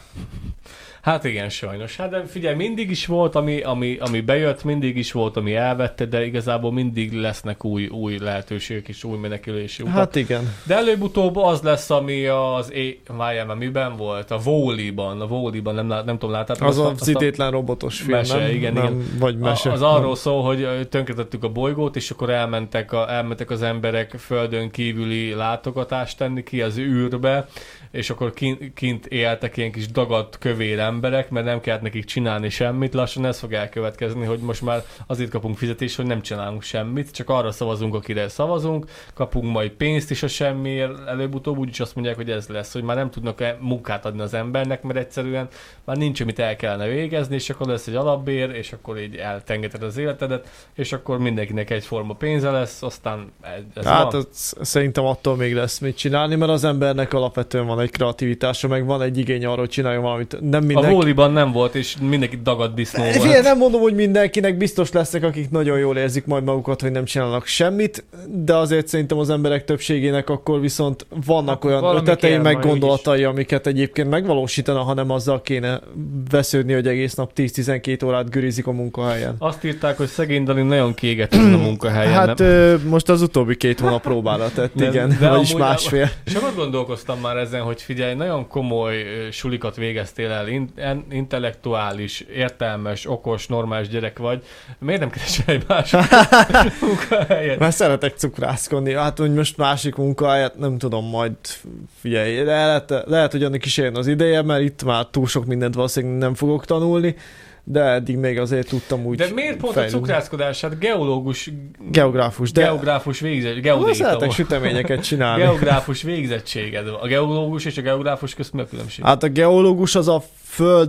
Hát igen, sajnos. Hát de figyelj, mindig is volt, ami, ami, ami bejött, mindig is volt, ami elvette, de igazából mindig lesznek új, új lehetőségek és új menekülési utak. Hát igen. De előbb-utóbb az lesz, ami az... É... Várjál, mert miben volt? A Wall-E-ban. A Wall-E-ban, nem, nem tudom, láttátok? Az az idétlen robotos film, mese, nem? Igen, nem, igen. Vagy mese. Az arról szól, hogy tönkretettük a bolygót, és akkor elmentek, a, elmentek az emberek földön kívüli látogatást tenni ki az űrbe, és akkor kint, kint éltek ilyen kis dagadt kövér emberek, mert nem kellett nekik csinálni semmit, lassan ez fog elkövetkezni, hogy most már azért kapunk fizetést, hogy nem csinálunk semmit, csak arra szavazunk, akire szavazunk, kapunk majd pénzt is a semmiért, előbb-utóbb úgyis azt mondják, hogy ez lesz, hogy már nem tudnak munkát adni az embernek, mert egyszerűen már nincs, amit el kellene végezni, és akkor lesz egy alapbér, és akkor így eltengeted az életedet, és akkor mindenkinek egyforma pénze lesz, aztán ez hát van. Az, szerintem attól még lesz mit csinálni, mert az embernek alapvetően van egy kreativitása, meg van egy igény arra, hogy csináljon valamit. Nem mindenki... A Wall-E-ban nem volt, és mindenki dagadt disznó volt. Figyelj, nem mondom, hogy mindenkinek, biztos lesznek, akik nagyon jól érzik majd magukat, hogy nem csinálnak semmit, de azért szerintem az emberek többségének akkor viszont vannak hát, olyan ötletei, meg gondolatai, amiket egyébként megvalósítana, hanem azzal kéne vesződni, hogy egész nap tíz-tizenkét órát gürizik a munkahelyen. Azt írták, hogy szegény Dani nagyon kéget a munkahelyen. Hát ö, most az utóbbi két hónap próbára tett, de, igen, de vagyis másfél. Sokat gondolkoztam már ezen, hogy figyelj, nagyon komoly sulikat végeztél el, in, intellektuális, értelmes, okos, normális gyerek vagy. Miért nem keresel egy másik munkahelyet? Mert szeretek cukrászkodni. Hát, hogy most másik munkahelyet, nem tudom, majd figyelj, lehet, lehet, hogy annak is jön az ideje, mert itt már túl sok mindent valószínűleg nem fogok tanulni, de eddig még azért tudtam úgy. De miért pont fejlődni. A cukrászkodás? Hát geológus... Geográfus. De... Geográfus végzett... Geodéta. Szeretek süteményeket csinálni. Geográfus végzettséged. A geológus és a geográfus közt mi a különbség? Hát a geológus az a föld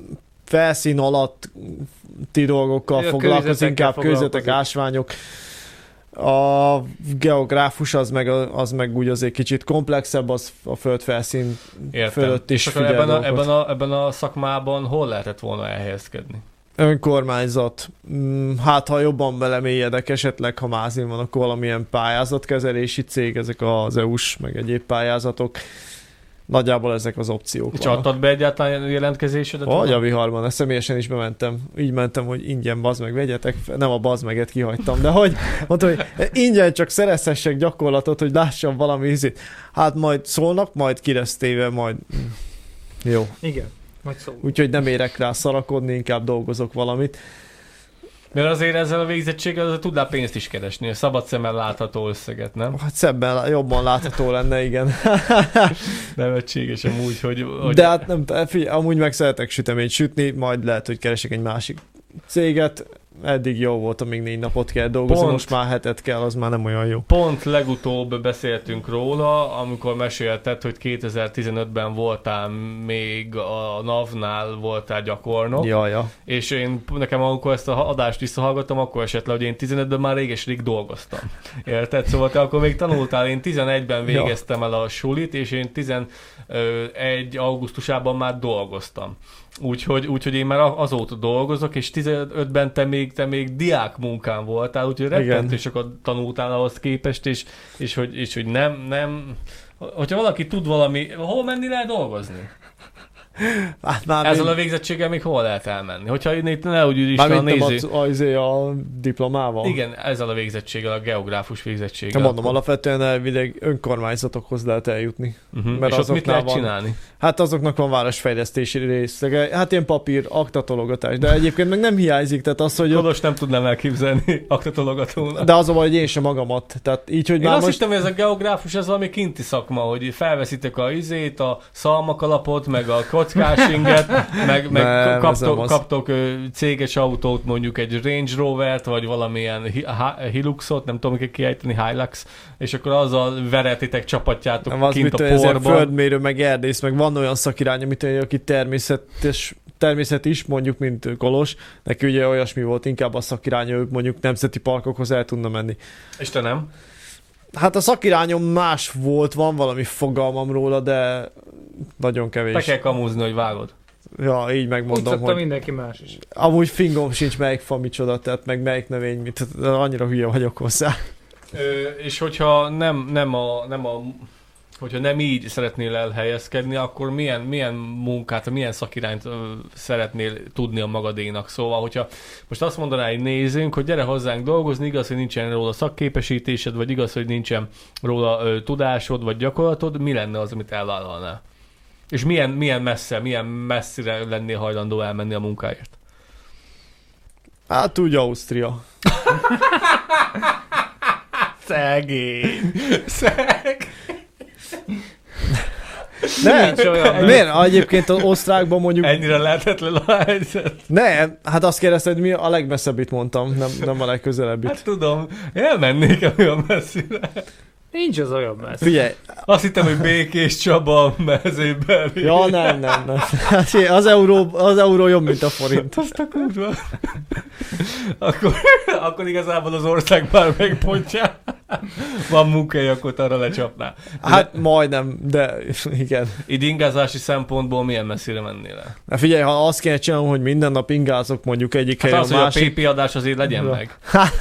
felszín alatti dolgokkal a foglalkozik, inkább környezetek, ásványok. A geográfus az meg, az meg úgy azért kicsit komplexebb, az a földfelszín fölött is figyel ebben a, ebben, a, ebben a szakmában hol lehetett volna elhelyezkedni? Önkormányzat. Hát, ha jobban belemélyedek, esetleg, ha mázin van, akkor valamilyen pályázatkezelési cég, ezek az é u-s, meg egyéb pályázatok. Nagyjából ezek az opciók. Csaltad be egyáltalán jelentkezésedet? Hogy a viharban, ezt személyesen is bementem. Így mentem, hogy ingyen bazd meg vegyetek, nem a bazd meget kihagytam, de hogy mondtam, hogy ingyen csak szerezhessek gyakorlatot, hogy lássam valami ízét. Hát majd szólnak, majd kiresztéve, majd jó. Igen, majd szól. Úgyhogy nem érek rá szarakodni, inkább dolgozok valamit. Mert azért ezzel a végzettséggel azért tudnál pénzt is keresni, a szabad szemmel látható összeget, nem? Hát szebben, jobban látható lenne, igen. Nevetséges amúgy, hogy... hogy... De hát nem, figyelj, amúgy meg szeretek süteményt sütni, majd lehet, hogy keresek egy másik céget. Eddig jó volt, amíg négy napot kell dolgozni, Pont. most már hetet kell, az már nem olyan jó. Pont legutóbb beszéltünk róla, amikor mesélted, hogy kétezer-tizenötben voltál még a navnál voltál gyakornok, Ja, ja. és én nekem amikor ezt a adást visszahallgattam, akkor esett le, hogy én tizenötben már réges-rég dolgoztam. Érted? Szóval te akkor még tanultál, én tizenegyben végeztem el a sulit, és én tizenegy augusztusában már dolgoztam. Úgyhogy, úgyhogy én már azóta dolgozok, és tizenötben te még, te még diák munkán voltál, úgyhogy rettentő sokat tanultál ahhoz képest, és, és, hogy, és hogy nem, nem, hogyha valaki tud valami, hol menni lehet dolgozni? Hát már Ezzel még... a végzettséggel még hol lehet elmenni? Hogyha itt ne úgy is a néző... Azért a diplomával? Igen, ezzel a végzettséggel, a geográfus végzettséggel. Nem mondom, alapvetően elvileg önkormányzatokhoz lehet eljutni. Uh-huh. És ott mit lehet van, csinálni? Hát azoknak van városfejlesztési részlege, hát ilyen papír, aktatologatás, de egyébként meg nem hiányzik, tehát az, hogy... Kolos nem tudnám elképzelni aktatologatónak. De az a baj, hogy én sem magamat, tehát így, hogy én már azt most... hittem, hogy ez a geográfus, ez valami kinti szakma, hogy felveszitek a izét, a szalmakalapot, meg a kockásinget, meg, meg nem, kaptok, kaptok céges autót, mondjuk egy Range Rovert, vagy valamilyen Hiluxot, nem tudom, hogy kiejteni, Hilux, és akkor azzal veretitek, csapatjátok nem, az kint mit, a porban. Földmérő, meg erdész, meg van olyan szakirány, amit aki természetes, természet is, mondjuk, mint Kolos, neki ugye olyasmi volt, inkább a szakirány, ő mondjuk nemzeti parkokhoz el tudna menni. És te nem? Hát a szakirányom más volt, van valami fogalmam róla, de nagyon kevés. Te kell kamúzni, hogy vágod. Ja, így megmondom, úgy hogy... mindenki más is. Amúgy fingom sincs, melyik fa micsoda, tehát meg melyik növény, mit, annyira hülye vagyok hozzá. Ö, és hogyha nem, nem a... Nem a hogyha nem így szeretnél elhelyezkedni, akkor milyen, milyen munkát, milyen szakirányt ö, szeretnél tudni a magadénak. Szóval, hogyha most azt mondaná egy nézőnk, hogy gyere hozzánk dolgozni, igaz, hogy nincsen róla szakképesítésed, vagy igaz, hogy nincsen róla ö, tudásod, vagy gyakorlatod, mi lenne az, amit elvállalnál? És milyen, milyen messze, milyen messzire lennél hajlandó elmenni a munkáért? Hát úgy Ausztria. Szegény! Szegény! Ne, Nincs olyan, miért? Egyébként az osztrákban mondjuk... Ennyire lehetetlen a helyzet. Nem, hát azt kérdezted, hogy mi a legmesszebbit mondtam, nem, nem a legközelebbit. Hát tudom, elmennék olyan messzire. Nincs az olyan messze. Figyelj. Azt hittem, hogy Békés Csaba mezőben. Ja, nem, nem, nem. Hát, az, euró, az euró jobb, mint a forint. Azt a kurva. akkor, akkor igazából az ország már megpontja. Van munkahely, akkor arra lecsapná. De Hát de, majdnem, de igen. Így ingázási szempontból milyen messzire mennél el? Na figyelj, ha azt kéne csinálnom, hogy minden nap ingázok mondjuk egyik hát helyen az, a másik... hogy a pé pé adás azért legyen ja. meg.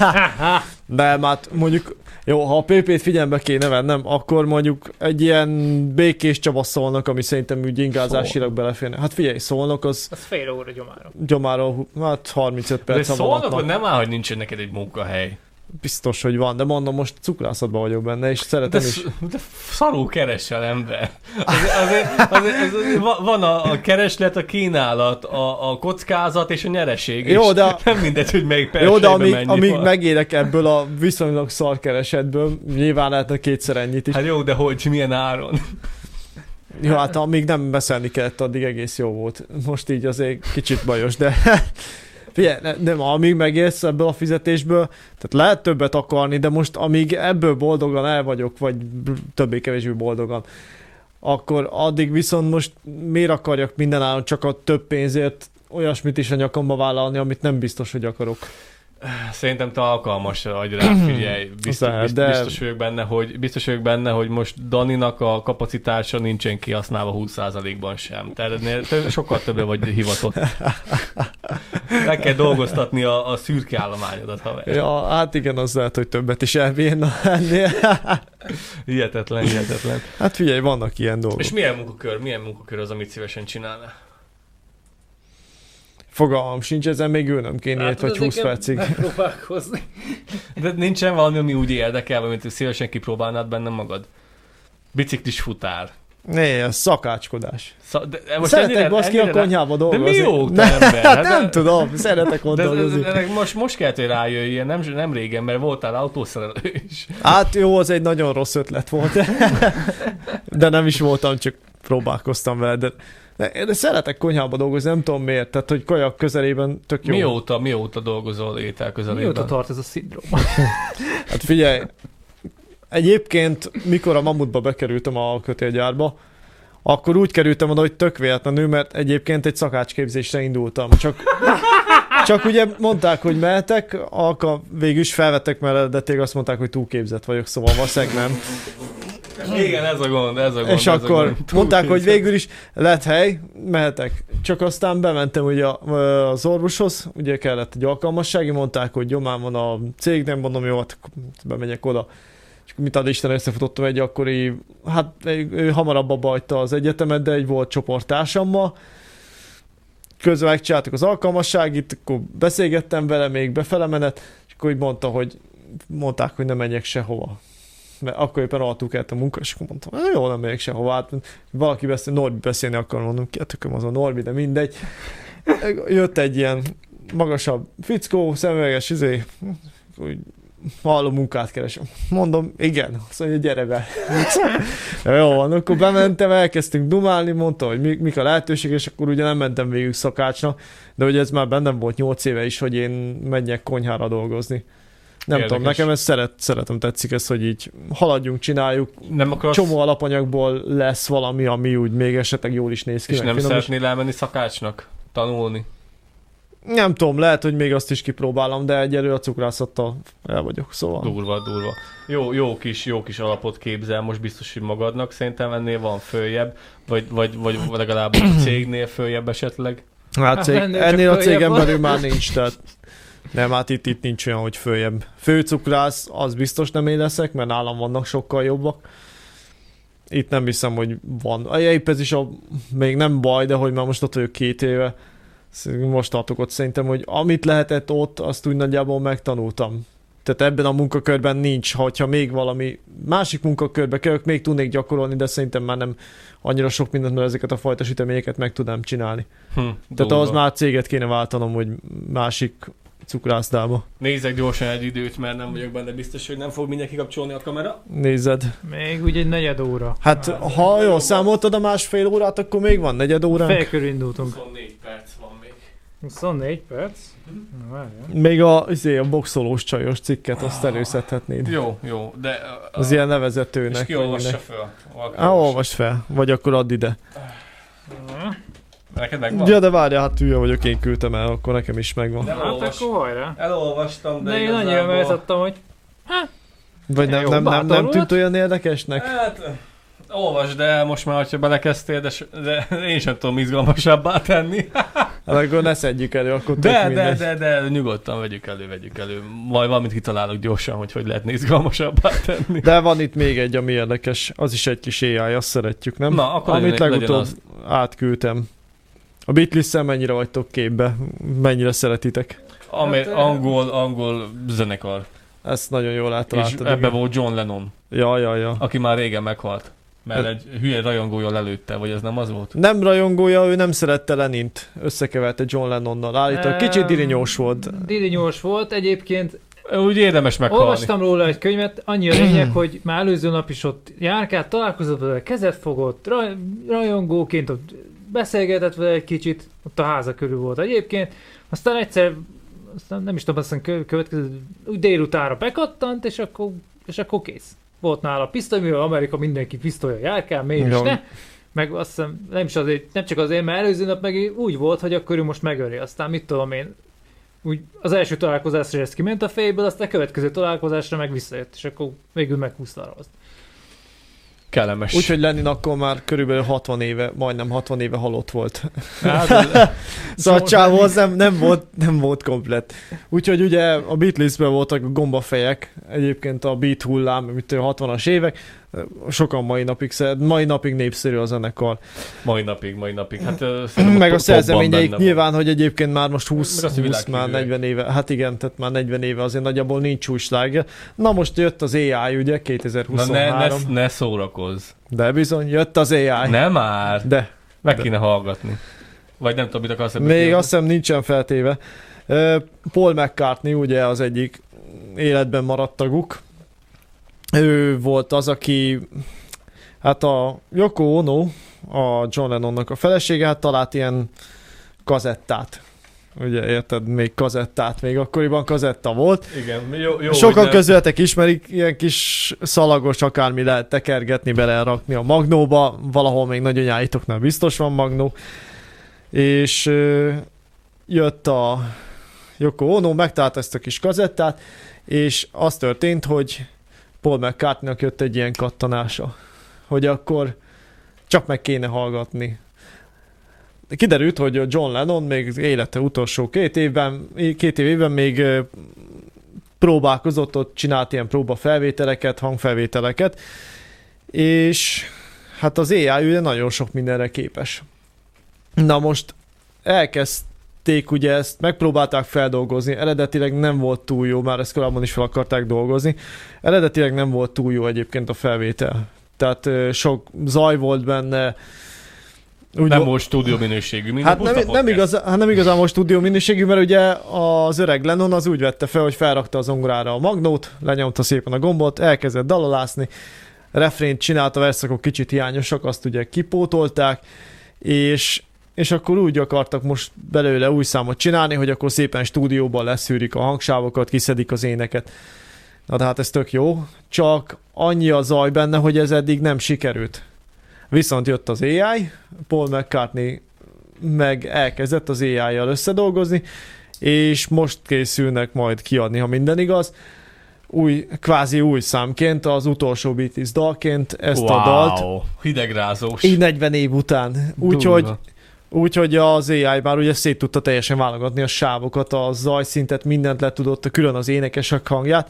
De hát mondjuk, jó, ha a pé pét figyelembe kéne vennem, akkor mondjuk egy ilyen Békés Csaba Szolnok, ami szerintem úgy ingázásilag beleférne. Hát figyelj, Szolnok az... Az fél óra gyomára. Gyomáról, hát harmincöt perc de a Szolnokon vonatnak. nem áll, hogy nincsen neked egy munkahely. Biztos, hogy van, de mondom, most cukrászatban vagyok benne, és szeretem de, is. De szarul keresel, ember. Azért, azért, azért, azért van a, a kereslet, a kínálat, a, a kockázat és a nyereség. Jó, de a... nem mindegy, hogy melyik Jó, de amíg, mennyi amíg van. megérek ebből a viszonylag szar keresetből, nyilván lehetne kétszer ennyit is. Hát jó, de hogy, milyen áron? Jó, hát amíg nem beszélni kellett, addig egész jó volt. Most így azért kicsit bajos, de... Figyelj, nem, amíg megérsz ebből a fizetésből, tehát lehet többet akarni, de most amíg ebből boldogan el vagyok, vagy többé-kevésbé boldogan, akkor addig viszont most miért akarjak mindenáron csak a több pénzért olyasmit is a nyakamba vállalni, amit nem biztos, hogy akarok. Szerintem te alkalmas vagy rá, figyelj. Biztos, Lehet, biztos, de... biztos, vagyok benne, hogy, biztos vagyok benne, hogy most Daninak a kapacitása nincsen kihasználva húsz százalékban sem. Tehát ennél sokkal többre vagy hivatott. Meg kell dolgoztatni a, a szürke állományodat, haver. Ja, hát igen, az lehet, hogy többet is elbírna ennél. Hihetetlen, hihetetlen. Hát figyelj, vannak ilyen dolgok. És milyen munkakör, milyen munkakör az, amit szívesen csinálnál? Fogalmam sincs, ezen még ülnöm kéne, hát, vagy húsz percig. Megpróbálkozni. De nincsen valami, ami úgy érdekel, mint szívesen kipróbálnád benne magad? Biciklis futár. Né, ez szakácskodás. Szá- de, de most Szeretek ennyire- baszki a ennyire- konyhába De dolgozni. mióta, Ne- ember? Hát Nem de- tudom, szeretek ott De, de, dolgozni. de, de most, most kellett, hogy rájöjjél, nem, nem régen, mert voltál autószerelő is. Hát jó, az egy nagyon rossz ötlet volt. De nem is voltam, csak próbálkoztam vele. De, de, de szeretek konyhába dolgozni, nem tudom miért. Tehát, hogy kajak közelében tök jó. Mióta, mióta dolgozol étel közelében? Mióta tart ez a szindróma? Hát figyelj, egyébként mikor a Mamutba bekerültem a kötélgyárba, akkor úgy kerültem oda, hogy tök véletlenül, mert egyébként egy szakácsképzésre indultam. Csak, csak ugye mondták, hogy mehetek, akkor végül is felvettek mellett, de tényleg azt mondták, hogy túlképzett vagyok, szóval valószínűleg nem. Igen, ez a gond, ez a gond. És ez akkor a gond. mondták, hogy végül is lett hely, mehetek. Csak aztán bementem ugye az orvoshoz, ugye kellett egy alkalmassági, mondták, hogy gyomán van a cég, nem mondom, jó, hát bemegyek oda. És mit ad Isten, összefutottam egy akkori, hát ő hamarabb abba hagyta az egyetemet, de egy volt csoporttársammal. Közben megcsináltuk az alkalmasságit, akkor beszélgettem vele még befele menet, és akkor így mondta, hogy mondták, hogy ne menjek sehova. Mert akkor éppen altuk el a munka, és akkor mondtam, jó, nem megyek sehova. Hát, valaki beszél, Norbi beszélni akar, mondom, ki a tököm az a Norbi, de mindegy. Jött egy ilyen magasabb fickó, szemüveges, izé, úgy hallom, munkát keresem. Mondom, igen, azt mondja, gyere be. Jó van, akkor bementem, elkezdtünk dumálni, mondta, hogy mik, mik a lehetőség, és akkor ugye nem mentem végig szakácsnak, de ugye ez már bennem volt nyolc éve is, hogy én menjek konyhára dolgozni. Nem Érdekes. tudom, nekem ez szeret, szeretem, tetszik ez, hogy így haladjunk, csináljuk. Nem akarsz, Csomó alapanyagból lesz valami, ami úgy még esetleg jól is néz ki. és meg nem finom is. szeretnél elmenni szakácsnak? Tanulni? Nem tudom, lehet, hogy még azt is kipróbálom, de egyelőre a cukrászattal el vagyok, szóval. Durva, durva. Jó, jó kis, jó kis alapot képzel most biztos, hogy magadnak. Szerintem ennél van följebb, vagy, vagy, vagy legalább a cégnél följebb esetleg. Hát cég, ennél csak ennél a följebb cégen van. belül már nincs, tehát nem, hát itt, itt nincs olyan, hogy följebb. Főcukrász, az biztos nem én leszek, mert nálam vannak sokkal jobbak. Itt nem hiszem, hogy van. Épp ez is a, még nem baj, de hogy már most ott vagyok két éve, most tartok ott szerintem, hogy amit lehetett ott, azt úgy nagyjából megtanultam. Tehát ebben a munkakörben nincs, hogyha még valami másik munkakörbe kerülök, még tudnék gyakorolni, de szerintem már nem annyira sok mindent, mert ezeket a fajta süteményeket meg tudnám csinálni. Hm, Tehát durva. ahhoz már céget kéne váltanom, hogy másik cukrászdába. Nézzek gyorsan egy időt, mert nem vagyok benne biztos, hogy nem fog mindenki kapcsolni a kamera. Nézed. Még úgy egy negyed óra. Hát, ha jól számoltad a másfél órát, akkor még van negyed óránk. Fél körül indultunk. huszonnégy perc van még. huszonnégy perc? Na, várjál. Még a, izé, a boxolós csajos cikket, azt előszedhetnéd. Jó, jó, de... Uh, Az ilyen és nevezetőnek. ki olvassa föl? Valaki Á, olvassa. olvasd fel, vagy akkor add ide. Na, Neked megvan? Ja, de várjál, hát hülye vagyok, én küldtem el, akkor nekem is megvan. Nem hát olvas. akkor hajrá. Elolvastam, de, De én annyira igazából- mehettem, hogy Vagy nem, Jó, nem, nem, bátor nem tűnt volt. olyan érdekesnek? Hát, olvasd el most már, hogyha belekezdtél, de, s- de én sem tudom izgalmasabbá tenni. Hát akkor ne szedjük elő, akkor tök De, de, mindegy. de, de, nyugodtan vegyük elő, vegyük elő. Majd valamit kitalálok gyorsan, hogy hogy lehetne izgalmasabbá tenni. De van itt még egy, ami érdekes, az is egy kis á i, azt szeretjük, nem? Na, akkor Amit legyen- legyen legutóbb az. átküldtem. A Beatles-szel mennyire vagytok képbe? Mennyire szeretitek? Amer- Hát, angol, angol zenekar. Ezt nagyon jól És átaláltad. ebbe igen. volt John Lennon, Ja, ja, ja. aki már régen meghalt. Mert egy hülye rajongója lelőtte, vagy ez nem az volt? Nem rajongója, ő nem szerette Lenint. Összekeverte John Lennonnal. Állítólag kicsit dirinyós volt. Dirinyós volt. Egyébként Úgy érdemes meghalni. olvastam róla egy könyvet, annyi a lényeg, hogy már előző nap is ott járkált, találkozott vele, kezet fogott, raj, rajongóként ott beszélgetett vele egy kicsit, ott a háza körül volt egyébként. Aztán egyszer, aztán nem is tudom, aztán kö- következő, úgy délutára bekattant, és akkor, és akkor kész. Volt nála pisztoly, mivel Amerika mindenki pisztolya járkál, miért is Ja. ne? Meg azt hiszem, nem, is azért, nem csak azért, mert előző nap meg úgy volt, hogy akkor ő most megöli. Aztán mit tudom én, úgy az első találkozásra ez kiment a fejéből, aztán a következő találkozásra meg visszajött, és akkor végül meghúzta a ravaszt. Kellemes. Úgyhogy Lenin akkor már körülbelül hatvan éve, majdnem hatvan éve halott volt. Hát, ez- Szóval a csávó az nem, nem, volt, nem volt komplett. Úgyhogy ugye a Beatlesben voltak a gombafejek, egyébként a beat hullám, mint a hatvanas évek, sokan mai napig, szer- mai napig népszerű a zenekar. mai napig, mai napig. Hát, ö, szerintem Meg a top- szerzeményeik topban benne nyilván, hogy egyébként már most Meg húsz, az, hogy húsz már világhírűek. negyven éve, hát igen, tehát már negyven éve azért nagyjából nincs új sláger. Na most jött az á i, ugye, van. Na ne, ne, kétezer-huszonhárom. ne szórakozz. De bizony, jött az á i. Nem már. De. Meg de. kéne hallgatni. Vagy nem tudom, mit akarsz ebben Még kívül. azt hiszem nincsen feltéve. Paul McCartney ugye az egyik életben maradt taguk. Ő volt az, aki hát a Yoko Ono, a John Lennonnak a felesége, hát talált ilyen kazettát. Ugye érted, még kazettát, még akkoriban kazetta volt. Igen, jó, jó, Sokan közületek ismerik, ilyen kis szalagos akármi lehet tekergetni, belerakni a magnóba, valahol még nagyanyáitoknál biztos van magnó. És ö, jött a Yoko Ono, megtalálta ezt a kis kazettát, és az történt, hogy Paul McCartneynak jött egy ilyen kattanása, hogy akkor csak meg kéne hallgatni. Kiderült, hogy John Lennon még élete utolsó két évben, két évben még próbálkozott, ott csinált ilyen próbafelvételeket, hangfelvételeket, és hát az á i ugye nagyon sok mindenre képes. Na most elkezdték ugye ezt, megpróbálták feldolgozni, eredetileg nem volt túl jó, már ezt korábban is fel akarták dolgozni, eredetileg nem volt túl jó egyébként a felvétel. Tehát sok zaj volt benne, úgy nem volt stúdió minőségű, mint hát a nem, nem, igaz, hát nem igazán most stúdió minőségű, mert ugye az öreg Lennon az úgy vette fel, hogy felrakta az zongorára a magnót, lenyomta szépen a gombot, elkezdett dalalászni, refrént csinálta, verszakok kicsit hiányosak, azt ugye kipótolták, és, és akkor úgy akartak most belőle új számot csinálni, hogy akkor szépen stúdióban leszűrik a hangsávokat, kiszedik az éneket. Na de hát ez tök jó, csak annyi a zaj benne, hogy ez eddig nem sikerült. Viszont jött az á i, Paul McCartney meg elkezdett az á i-jal összedolgozni, és most készülnek majd kiadni, ha minden igaz, új, kvázi új számként, az utolsó Beatles dalként ezt wow, a dalt. Hidegrázós. Így negyven év után. Úgyhogy Úgyhogy az á i már ugye szét tudta teljesen válogatni a sávokat, a zajszintet, mindent le tudott, külön az énekesek hangját,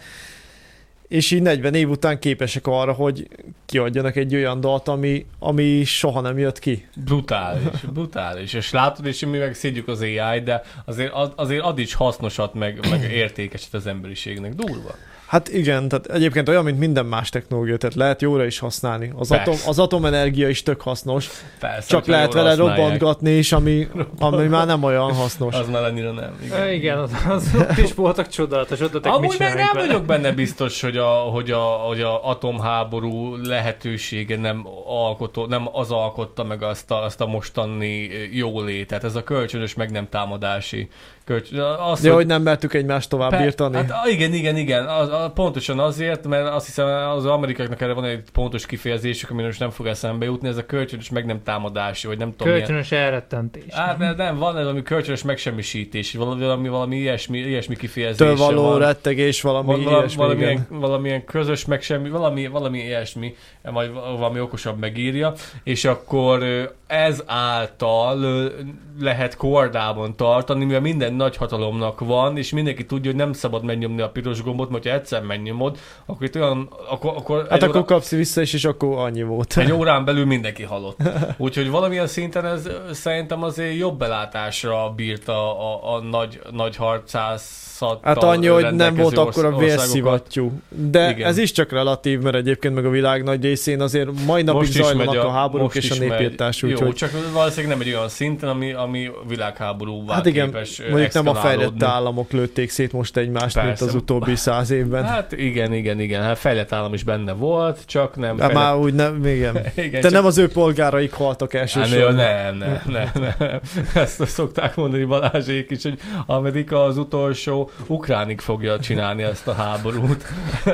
és így negyven év után képesek arra, hogy kiadjanak egy olyan dalt, ami, ami soha nem jött ki. Brutális, brutális. És látod, és mi meg szédjük az á i, de azért, azért ad is hasznosat, meg, meg értékeset az emberiségnek. Durva. Hát igen, tehát egyébként olyan, mint minden más technológia, tehát lehet jóra is használni. Az, atom, az atomenergia is tök hasznos, persze, csak lehet vele robbantgatni is, ami, ami már nem olyan hasznos. Az már annyira nem. Igen, igen az, az ott is voltak csodálatos ötletek. Amúgy meg nem vele? Vagyok benne biztos, hogy a, hogy a, hogy a atomháború lehetősége nem, alkotó, nem az alkotta meg azt a, azt a mostani jólétet. Ez a kölcsönös meg nem támadási kölcsön. Az, de hogy, hogy nem mertük egymást tovább pe- írtani. Hát igen, igen, igen. Az, az, pontosan azért, mert azt hiszem az amerikaiaknak erre van egy pontos kifejezésük, ami most nem fog eszembe jutni, ez a kölcsönös meg nem támadási, vagy nem tudom. Kölcsönös milyen... elrettentés. Hát nem, nem, van ez, ami kölcsönös megsemmisítés, valami, valami ilyesmi, ilyesmi kifejezés. Től való van. Rettegés, valami val- ilyesmi. Valamilyen, valamilyen közös megsemmi, valami, valami ilyesmi, vagy valami okosabb megírja, és akkor ez által lehet kordában tartani, mivel minden nagy hatalomnak van, és mindenki tudja, hogy nem szabad megnyomni a piros gombot, mert ha egyszer megnyomod, akkor itt olyan... Akkor, akkor hát akkor órá... kapsz vissza is, és akkor annyi volt. Egy órán belül mindenki halott. Úgyhogy valamilyen szinten ez szerintem azért jobb belátásra bírt a, a, a nagy, nagy harcászattal. Hát annyi, hogy nem volt akkor a vérszivattyú. De igen. Ez is csak relatív, mert egyébként meg a világ nagy részén azért mai napig zajlanak a, a háborúk és a népírtás. Úgy, jó, hogy... csak valószínűleg nem egy olyan szinten, ami, ami világháborúvá hát igen, képes mondjuk nem a fejlett államok lőtték szét most egymást, persze, mint az utóbbi száz évben. Hát igen, igen, igen. Hát fejlett állam is benne volt, csak nem... Hát fejlett... már úgy nem, igen. igen Te csak... nem az ő polgáraik haltak elsősorban. Hát, nem, nem, nem, nem. Ezt szokták mondani Balázsék is, hogy Amerika az utolsó ukránig fogja csinálni ezt a háborút.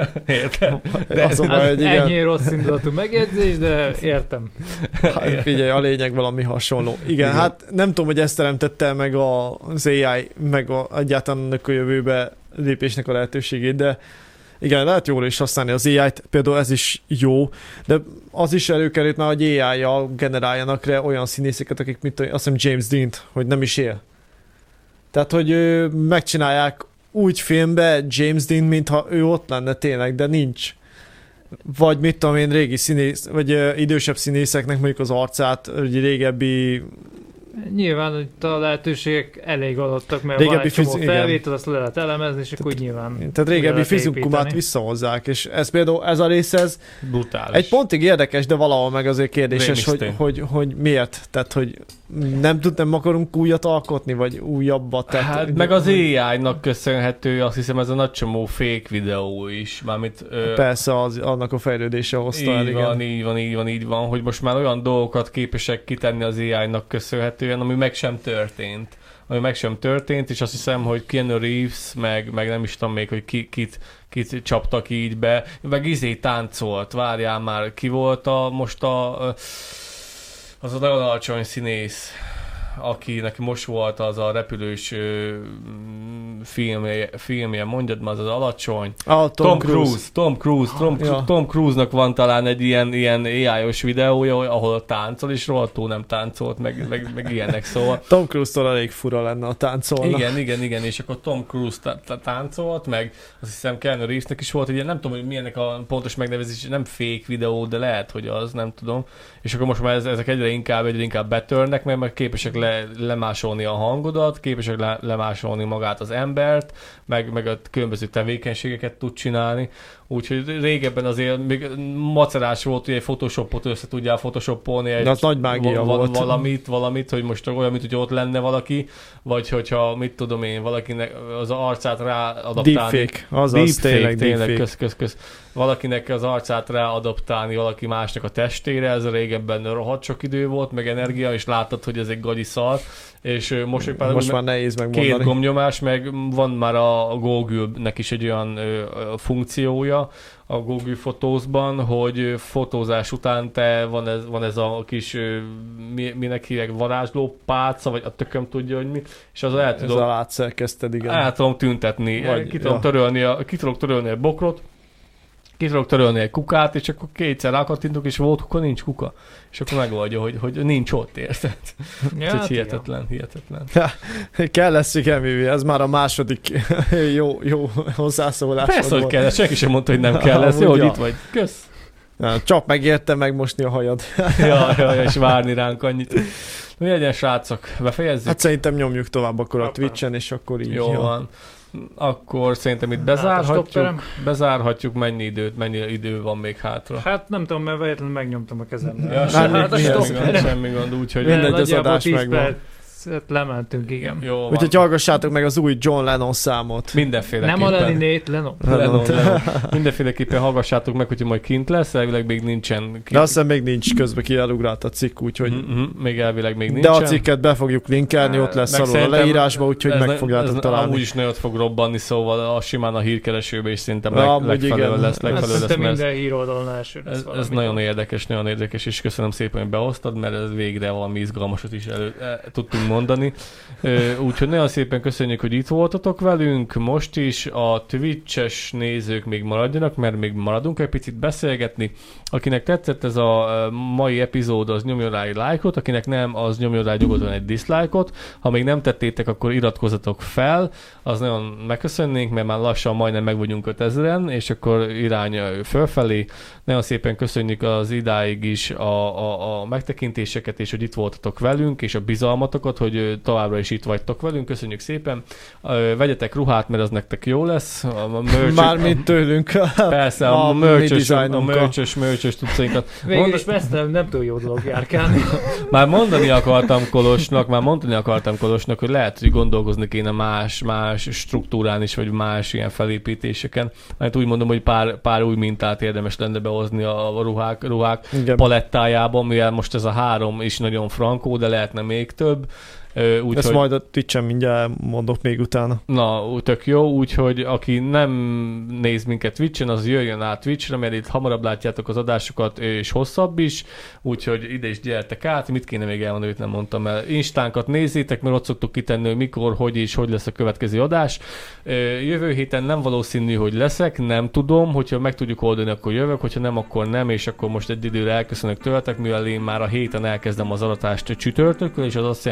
Értem? De ez hát ennyi rossz indulatú megjegyzés, de értem. Hát, figyelj, a lényeg valami hasonló. Igen, igen, hát nem tudom, hogy ezt teremtette meg az á i, meg a, egyáltalán a jövőbe lépésnek a lehetőségét, de igen, lehet jól is használni az á i-t, például ez is jó, de az is előkerült már, hogy á i-jal generáljanak le olyan színészeket, akik, mint azt hiszem James Dean-t, hogy nem is él. Tehát, hogy megcsinálják úgy filmbe James Dean, mintha ő ott lenne tényleg, de nincs. Vagy mit tudom én, régi színész, vagy uh, idősebb színészeknek mondjuk az arcát, egy régebbi Nyilván itt a lehetőségek elég adottak, mert Régebbi van egy csomó fiz- felvétel, azt le lehet elemezni, és akkor úgy nyilván Tehát régebbi lehet fizikumát építeni. visszahozzák, és ez például, ez a rész, ez Brutális. egy pontig érdekes, de valahol meg azért kérdéses, hogy, Rémisztő. hogy, hogy miért? Tehát, hogy nem tud, nem akarunk újat alkotni, vagy újabbat? Tehát, Hát meg az á í-nak köszönhető, azt hiszem ez a nagy csomó fake videó is, mármint... Ö, Persze az, annak a fejlődése hozta el, így igen. van, így van, így van, így van, hogy most már olyan dolgokat képesek kitenni az á í-nak köszönhetően, ami meg sem történt. Ami meg sem történt, és azt hiszem, hogy Keanu Reeves, meg, meg nem is tudom még, hogy ki, kit, kit csaptak így be, meg izé táncolt, várjál már, ki volt a, most a, az a nagyon alacsony színész, aki neki most volt az a repülős ö, filmje, filmje, mondjad már, az az alacsony. Ah, Tom, Tom Cruise. Cruise. Tom Cruise. Tom, Ja. Tom Cruise-nak van talán egy ilyen, ilyen á í-os videója, ahol táncol, és rohadtul nem táncolt, meg, meg, meg ilyenek, szóval. Tom Cruise-tól elég fura lenne a táncolna. Igen, igen, igen, és akkor Tom Cruise tá- tá- táncolt, meg azt hiszem Keanu Reevesnek is volt egy ilyen, nem tudom, hogy milyennek a pontos megnevezés, nem fake videó, de lehet, hogy az, nem tudom. És akkor most már ez, ezek egyre inkább, egyre inkább betörnek, mert meg képesek le, lemásolni a hangodat, képesek le, lemásolni magát az embert, meg, meg a különböző tevékenységeket tud csinálni. Úgyhogy régebben azért még macerás volt, hogy egy Photoshopot össze tudjál photoshopolni egy De az nagy mágia volt. valamit, valamit, hogy most olyan, mint hogy ott lenne valaki, vagy hogyha, mit tudom én, valakinek az arcát ráadaptálni. Deepfake, azaz, tényleg tényleg, deepfake. kösz, kösz, kösz. Valakinek az arcát ráadaptálni valaki másnak a testére, ez régebben rohadt sok idő volt, meg energia, és láttad, hogy ez egy gagyi szar, és ö, most éppen Most már nehéz két megmondani. gombnyomás, meg van már a Google-nek is egy olyan ö, ö, funkciója a Google Photos-ban, hogy fotózás után te van ez, van ez a kis, ö, mi, minek hívják, varázsló pálca, vagy a tököm tudja, hogy mi, és az el Ez tudom, alá átszerkezted, igen. el tudom tüntetni, Vagy- ki tudom, ja. törölni a, ki tudok törölni egy bokrot, ki tudok törölni egy kukát, és akkor kétszer rákattintok, és volt kuka, nincs kuka. És akkor megoldja, hogy, hogy nincs ott, érted? Ja, Ez hát hihetetlen, hihetetlen. Kell lesz, igen, Vivi, ez már a második jó, jó hozzászólás. Persze, hogy kell, senki sem mondta, hogy nem kell lesz. Amúgy Jó, hogy ja. itt vagy. Kösz. Na, csak megérte megmosni a hajad. Ja, ja, ja, és várni ránk annyit. Mi legyen, srácok? Befejezzük? Hát szerintem nyomjuk tovább akkor a Hoppá. Twitch-en, és akkor így. Jó van. Akkor szerintem itt Hát a bezárhatjuk. stopperem. Bezárhatjuk, mennyi időt, mennyi idő van még hátra. Hát nem tudom, mert véletlenül megnyomtam a kezemben. Ja, Hát semmi, mi- mi semmi, ez? gond, semmi gond, úgyhogy Mindegy, az Nagyjából adás tíz megvan. percet lementünk, igen. jó van. Úgyhogy hallgassátok meg az új John Lennon számot. Mindenféleképpen. Nem a Leninét, Lennon. Lennon, Lennon. Mindenféleképpen hallgassátok meg, hogy majd kint lesz, elvileg még nincsen kint. De azt hiszem még nincs, közben kielugrált a cikk, úgyhogy... Mhm, mhm, még elvileg még De nincsen. a cikket be fogjuk linkelni, ott lesz Meg alul a szerintem leírásba, úgyhogy ez meg ne- fogjátok ez találni. Amúgy is nagyot fog robbanni, szóval a simán a hírkeresőbe is szerintem Ja, leg, amúgy legfelelő igen. lesz, Hát legfelelő lesz, szerintem mert ez, minden híroldalon első lesz ez, valami. ez nagyon érdekes, nagyon érdekes, és köszönöm szépen, hogy behoztad, mert ez végre valami izgalmasat is elő, e, tudtunk mondani. Ö, Úgyhogy nagyon szépen köszönjük, hogy itt voltatok velünk, most is a Twitch-es nézők még maradjanak, mert még maradunk egy picit beszélgetni. Akinek tetszett ez a mai epizód, az nyomjon rá egy lájkot, akinek nem, az nyomjon rá nyugodtan egy diszlájkot. Ha még nem tettétek, akkor iratkozzatok fel, az nagyon megköszönnénk, mert már lassan majdnem meg vagyunk ötezren, és akkor irány fölfelé. Nagyon szépen köszönjük az idáig is a, a, a megtekintéseket, és hogy itt voltatok velünk, és a bizalmatokat, hogy továbbra is itt vagytok velünk. Köszönjük szépen. Ö, Vegyetek ruhát, mert az nektek jó lesz. A, a merch- Mármint tőlünk. Persze, a, a a mi merch-ös, a dizájnunkkal. merch-ös, merch-ös tucainkat. Végül is messze nem, nem túl jó dolog járkálni. Már mondani akartam Kolosnak, már mondani akartam Kolosnak, hogy lehet, hogy gondolkozni kéne más, más struktúrán is, vagy más ilyen felépítéseken. Mert úgy mondom, hogy pár, pár új mintát érdemes lenne behozni a ruhák, ruhák Igen. palettájában, mivel most ez a három is nagyon frankó, de lehetne még több. Úgy, Ezt hogy... majd a Twitch-en mindjárt mondok még utána. Na, tök jó, úgyhogy aki nem néz minket Twitch-en, az jöjjön át Twitch-re, mert itt hamarabb látjátok az adásokat, és hosszabb is, úgyhogy ide is gyertek át, mit kéne még elmondani, hogy nem mondtam el. Instánkat nézzétek, mert ott szoktuk kitenni, hogy mikor, hogy és hogy lesz a következő adás. Jövő héten nem valószínű, hogy leszek, nem tudom, hogyha meg tudjuk oldani, akkor jövök, hogyha nem, akkor nem, és akkor most egy időre elköszönök tőletek, mivel én már a héten elkezdem az aratást csütörtökön, és az azt jelenti, hogy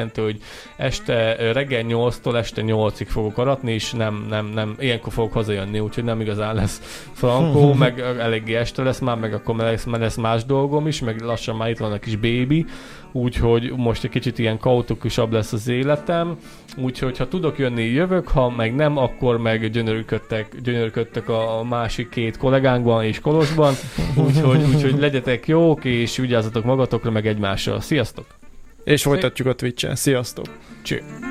este reggel nyolctól este nyolcig fogok aratni, és nem, nem, nem, ilyenkor fogok hazajönni, úgyhogy nem igazán lesz frankó, meg eléggé este lesz már, meg akkor lesz, lesz más dolgom is, meg lassan már itt van a kis bébi, úgyhogy most egy kicsit ilyen kaotikusabb lesz az életem, úgyhogy ha tudok jönni, jövök, ha meg nem, akkor meg gyönyörködtek, gyönyörködtek a másik két kollégánkban és Kolozsban, úgyhogy, úgyhogy legyetek jók, és vigyázzatok magatokra, meg egymással. Sziasztok! És folytatjuk a Twitch-en. Sziasztok! Cső!